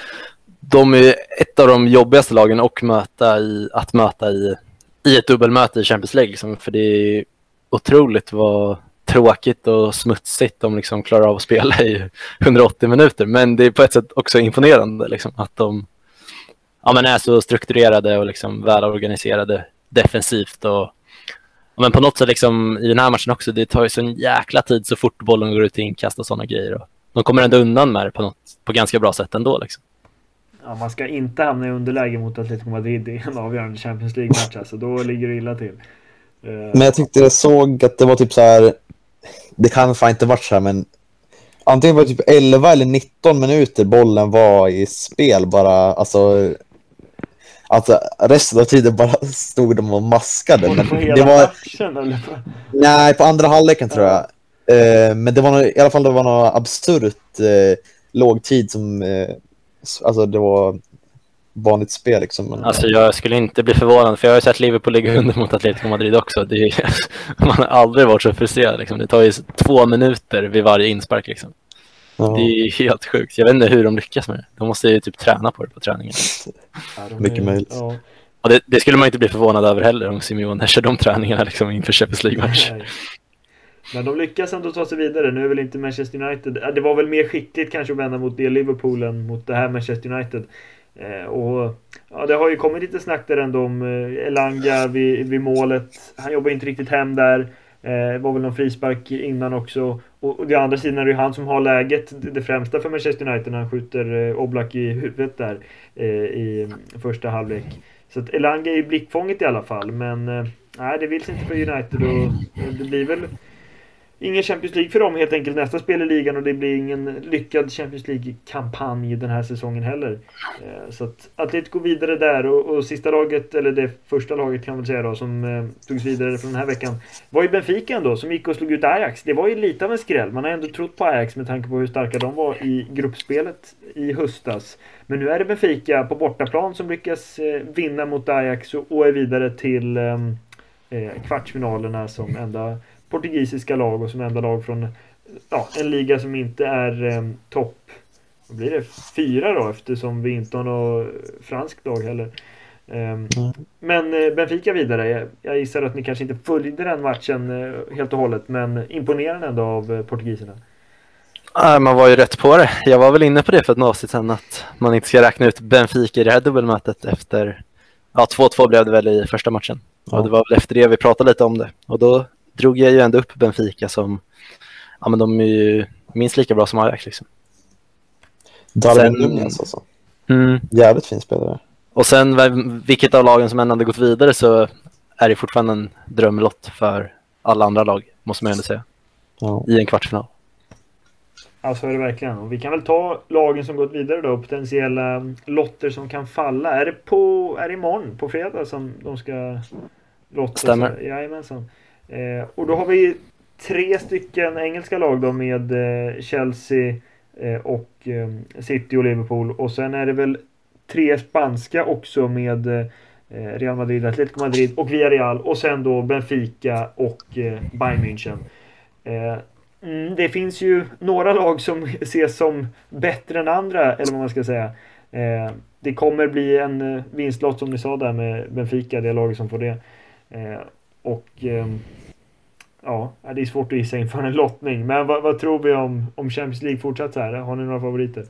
de är ett av de jobbigaste lagen att möta i, att möta i, i ett dubbelmöte i Champions League. Liksom, för det är otroligt vad tråkigt och smutsigt de liksom klarar av att spela i hundraåttio minuter. Men det är på ett sätt också imponerande liksom, att de ja, men är så strukturerade och liksom välorganiserade defensivt. Och, ja, men på något sätt liksom, i den här matchen också, det tar ju sån jäkla tid så fort bollen går ut i inkast och sådana grejer. Och de kommer ändå undan med det på, något, på ganska bra sätt ändå. Liksom. Ja, man ska inte hamna i underläge mot Atletico Madrid i en avgörande Champions League-match. Alltså, då ligger det illa till. Men jag tyckte jag såg att det var typ så här. Det kan fan inte varit så här, men antingen var det typ elva eller nitton minuter bollen var i spel bara, alltså alltså resten av tiden bara stod de och maskade. Men på hela det var matchen, eller? nej, på andra halvleken tror jag. Uh, men det var nog, i alla fall det var något absurt uh, låg tid som uh, alltså det var vanligt spel liksom. Men, alltså jag skulle inte bli förvånad, för jag har ju sett Liverpool ligga under mot Atletico Madrid också. Det är, man har aldrig varit så frustrerad liksom. Det tar ju två minuter vid varje inspark liksom. Ja. Det är helt sjukt. Jag vet inte hur de lyckas med det. De måste ju typ träna på det på träningen. Ja, de mycket möjligt. Ja. Och det, det skulle man inte bli förvånad över heller om Simeone kör de träningarna liksom inför Champions League-match. Men de lyckas ändå ta sig vidare. Nu är väl inte Manchester United. Det var väl mer skickligt kanske att vända mot det Liverpool än mot det här Manchester United. Eh, och ja, det har ju kommit lite snack där ändå om eh, Elanga vid, vid målet. Han jobbar inte riktigt hem där. Eh, var väl någon frispark innan också. Och, och det andra sidan är det ju han som har läget. Det, det främsta för Manchester United när han skjuter eh, Oblak i huvudet där eh, i första halvlek. Så att Elanga är i blickfånget i alla fall. Men eh, nej, det vill inte för United. Och eh, det blir väl ingen Champions League för dem helt enkelt nästa spel i ligan, och det blir ingen lyckad Champions League-kampanj den här säsongen heller. Så att Atletico går vidare där, och, och sista laget, eller det första laget kan man säga då, som eh, togs vidare från den här veckan var ju Benfica ändå, som gick och slog ut Ajax. Det var ju lite av en skräll. Man har ändå trott på Ajax med tanke på hur starka de var i gruppspelet i höstas. Men nu är det Benfica på bortaplan som lyckas eh, vinna mot Ajax och, och är vidare till eh, kvartsfinalerna som enda portugisiska lag och som enda lag från ja, en liga som inte är eh, topp. Då blir det fyra då, eftersom vi inte har något franskt lag heller. Um, mm. Men eh, Benfica vidare. Jag, jag gissar att ni kanske inte följde den matchen eh, helt och hållet, men imponerande ändå av eh, portugiserna. Ja, man var ju rätt på det. Jag var väl inne på det för ett avsnitt sedan, att man inte ska räkna ut Benfica i det här dubbelmötet efter ja, två två blev det väl i första matchen. Ja. Och det var väl efter det vi pratade lite om det. Och då drog jag ju ändå upp Benfica som, ja men de är ju minst lika bra som Ajax liksom. Darwin Núñez alltså. Mm. Jävligt fin spelare. Och sen vilket av lagen som än hade gått vidare, så är det fortfarande en drömlott för alla andra lag, måste man ändå säga. Ja. I en kvartsfinal. Ja, så är det verkligen. Och vi kan väl ta lagen som gått vidare då, potentiella lotter som kan falla. Är det på är det imorgon på fredag som de ska lotta? Stämmer. Jajamensan. Eh, och då har vi tre stycken engelska lag då med eh, Chelsea eh, och eh, City och Liverpool. Och sen är det väl tre spanska också med eh, Real Madrid, Atletico Madrid och Villarreal. Och sen då Benfica och eh, Bayern München. Eh, mm, det finns ju några lag som ses som bättre än andra, eller vad man ska säga. Eh, det kommer bli en eh, vinstlott som ni sa där med Benfica, det laget som får det. Eh, och eh, ja, det är svårt att gissa inför en lottning. Men vad, vad tror vi om, om Champions League fortsatt så här? Har ni några favoriter?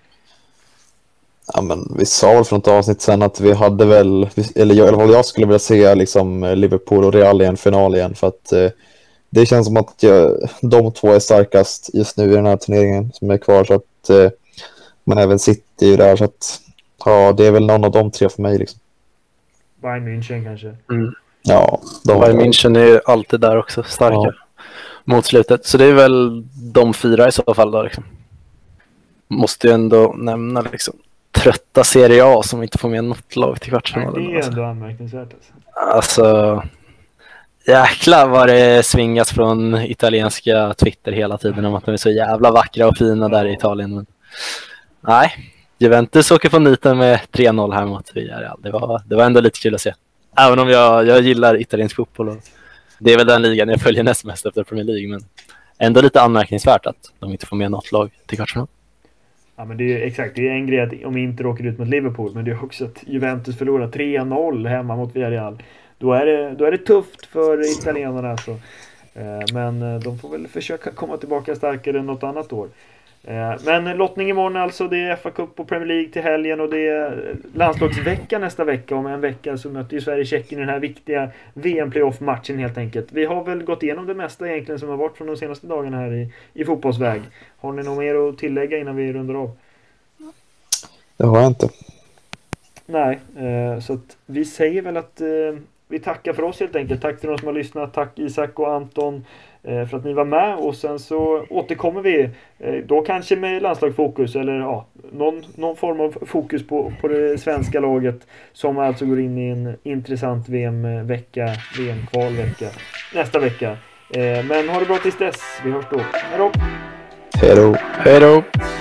Ja, men vi sa väl från ett avsnitt sen att vi hade väl, eller jag, eller jag skulle vilja se liksom Liverpool och Real i en final igen, för att eh, det känns som att jag, de två är starkast just nu i den här turneringen som är kvar. Så att, eh, men även City är ju där, så att ja, det är väl någon av de tre för mig. Liksom. Bayern München kanske. Mm. Ja, de Bayern München är ju alltid där också, starka ja. mot slutet. Så det är väl de fyra i så fall då liksom. Måste ju ändå nämna liksom trötta Serie A som inte får med något lag till kvartsfinalen. Det är ändå anmärkningsvärt alltså. Alltså, jäklar vad det svingas från italienska Twitter hela tiden om att de är så jävla vackra och fina där i Italien. Men, nej, Juventus åker på niten med tre noll här mot Villarreal. Det var, det var ändå lite kul att se. Även om jag, jag gillar italiensk fotboll. Och det är väl den ligan jag följer näst mest efter Premier League. Men ändå lite anmärkningsvärt att de inte får med något lag till kvartsfinalen. Ja, men det är exakt, det är en grej att om Inter åker ut mot Liverpool, men det är också att Juventus förlorar tre noll hemma mot Villarreal. Då är det, då är det tufft för italienarna alltså. Men de får väl försöka komma tillbaka starkare än något annat år. Men lottning imorgon alltså, det är F A Cup och Premier League till helgen och det är landslagsvecka nästa vecka. Om en vecka så möter ju Sverige Tjeckien i den här viktiga V M-playoff-matchen helt enkelt. Vi har väl gått igenom det mesta egentligen som har varit från de senaste dagarna här i, i fotbollsväg. Har ni något mer att tillägga innan vi rundar av? Det har jag inte. Nej, eh, så att vi säger väl att eh, vi tackar för oss helt enkelt. Tack till de som har lyssnat. Tack Isak och Anton eh, för att ni var med. Och sen så återkommer vi eh, då kanske med landslagsfokus eller ja, någon, någon form av fokus på, på det svenska laget som alltså går in i en intressant V M-vecka, V M-kvalvecka nästa vecka. Eh, men ha det bra tills dess. Vi hörs då. Hej då! Hej då! Hej då!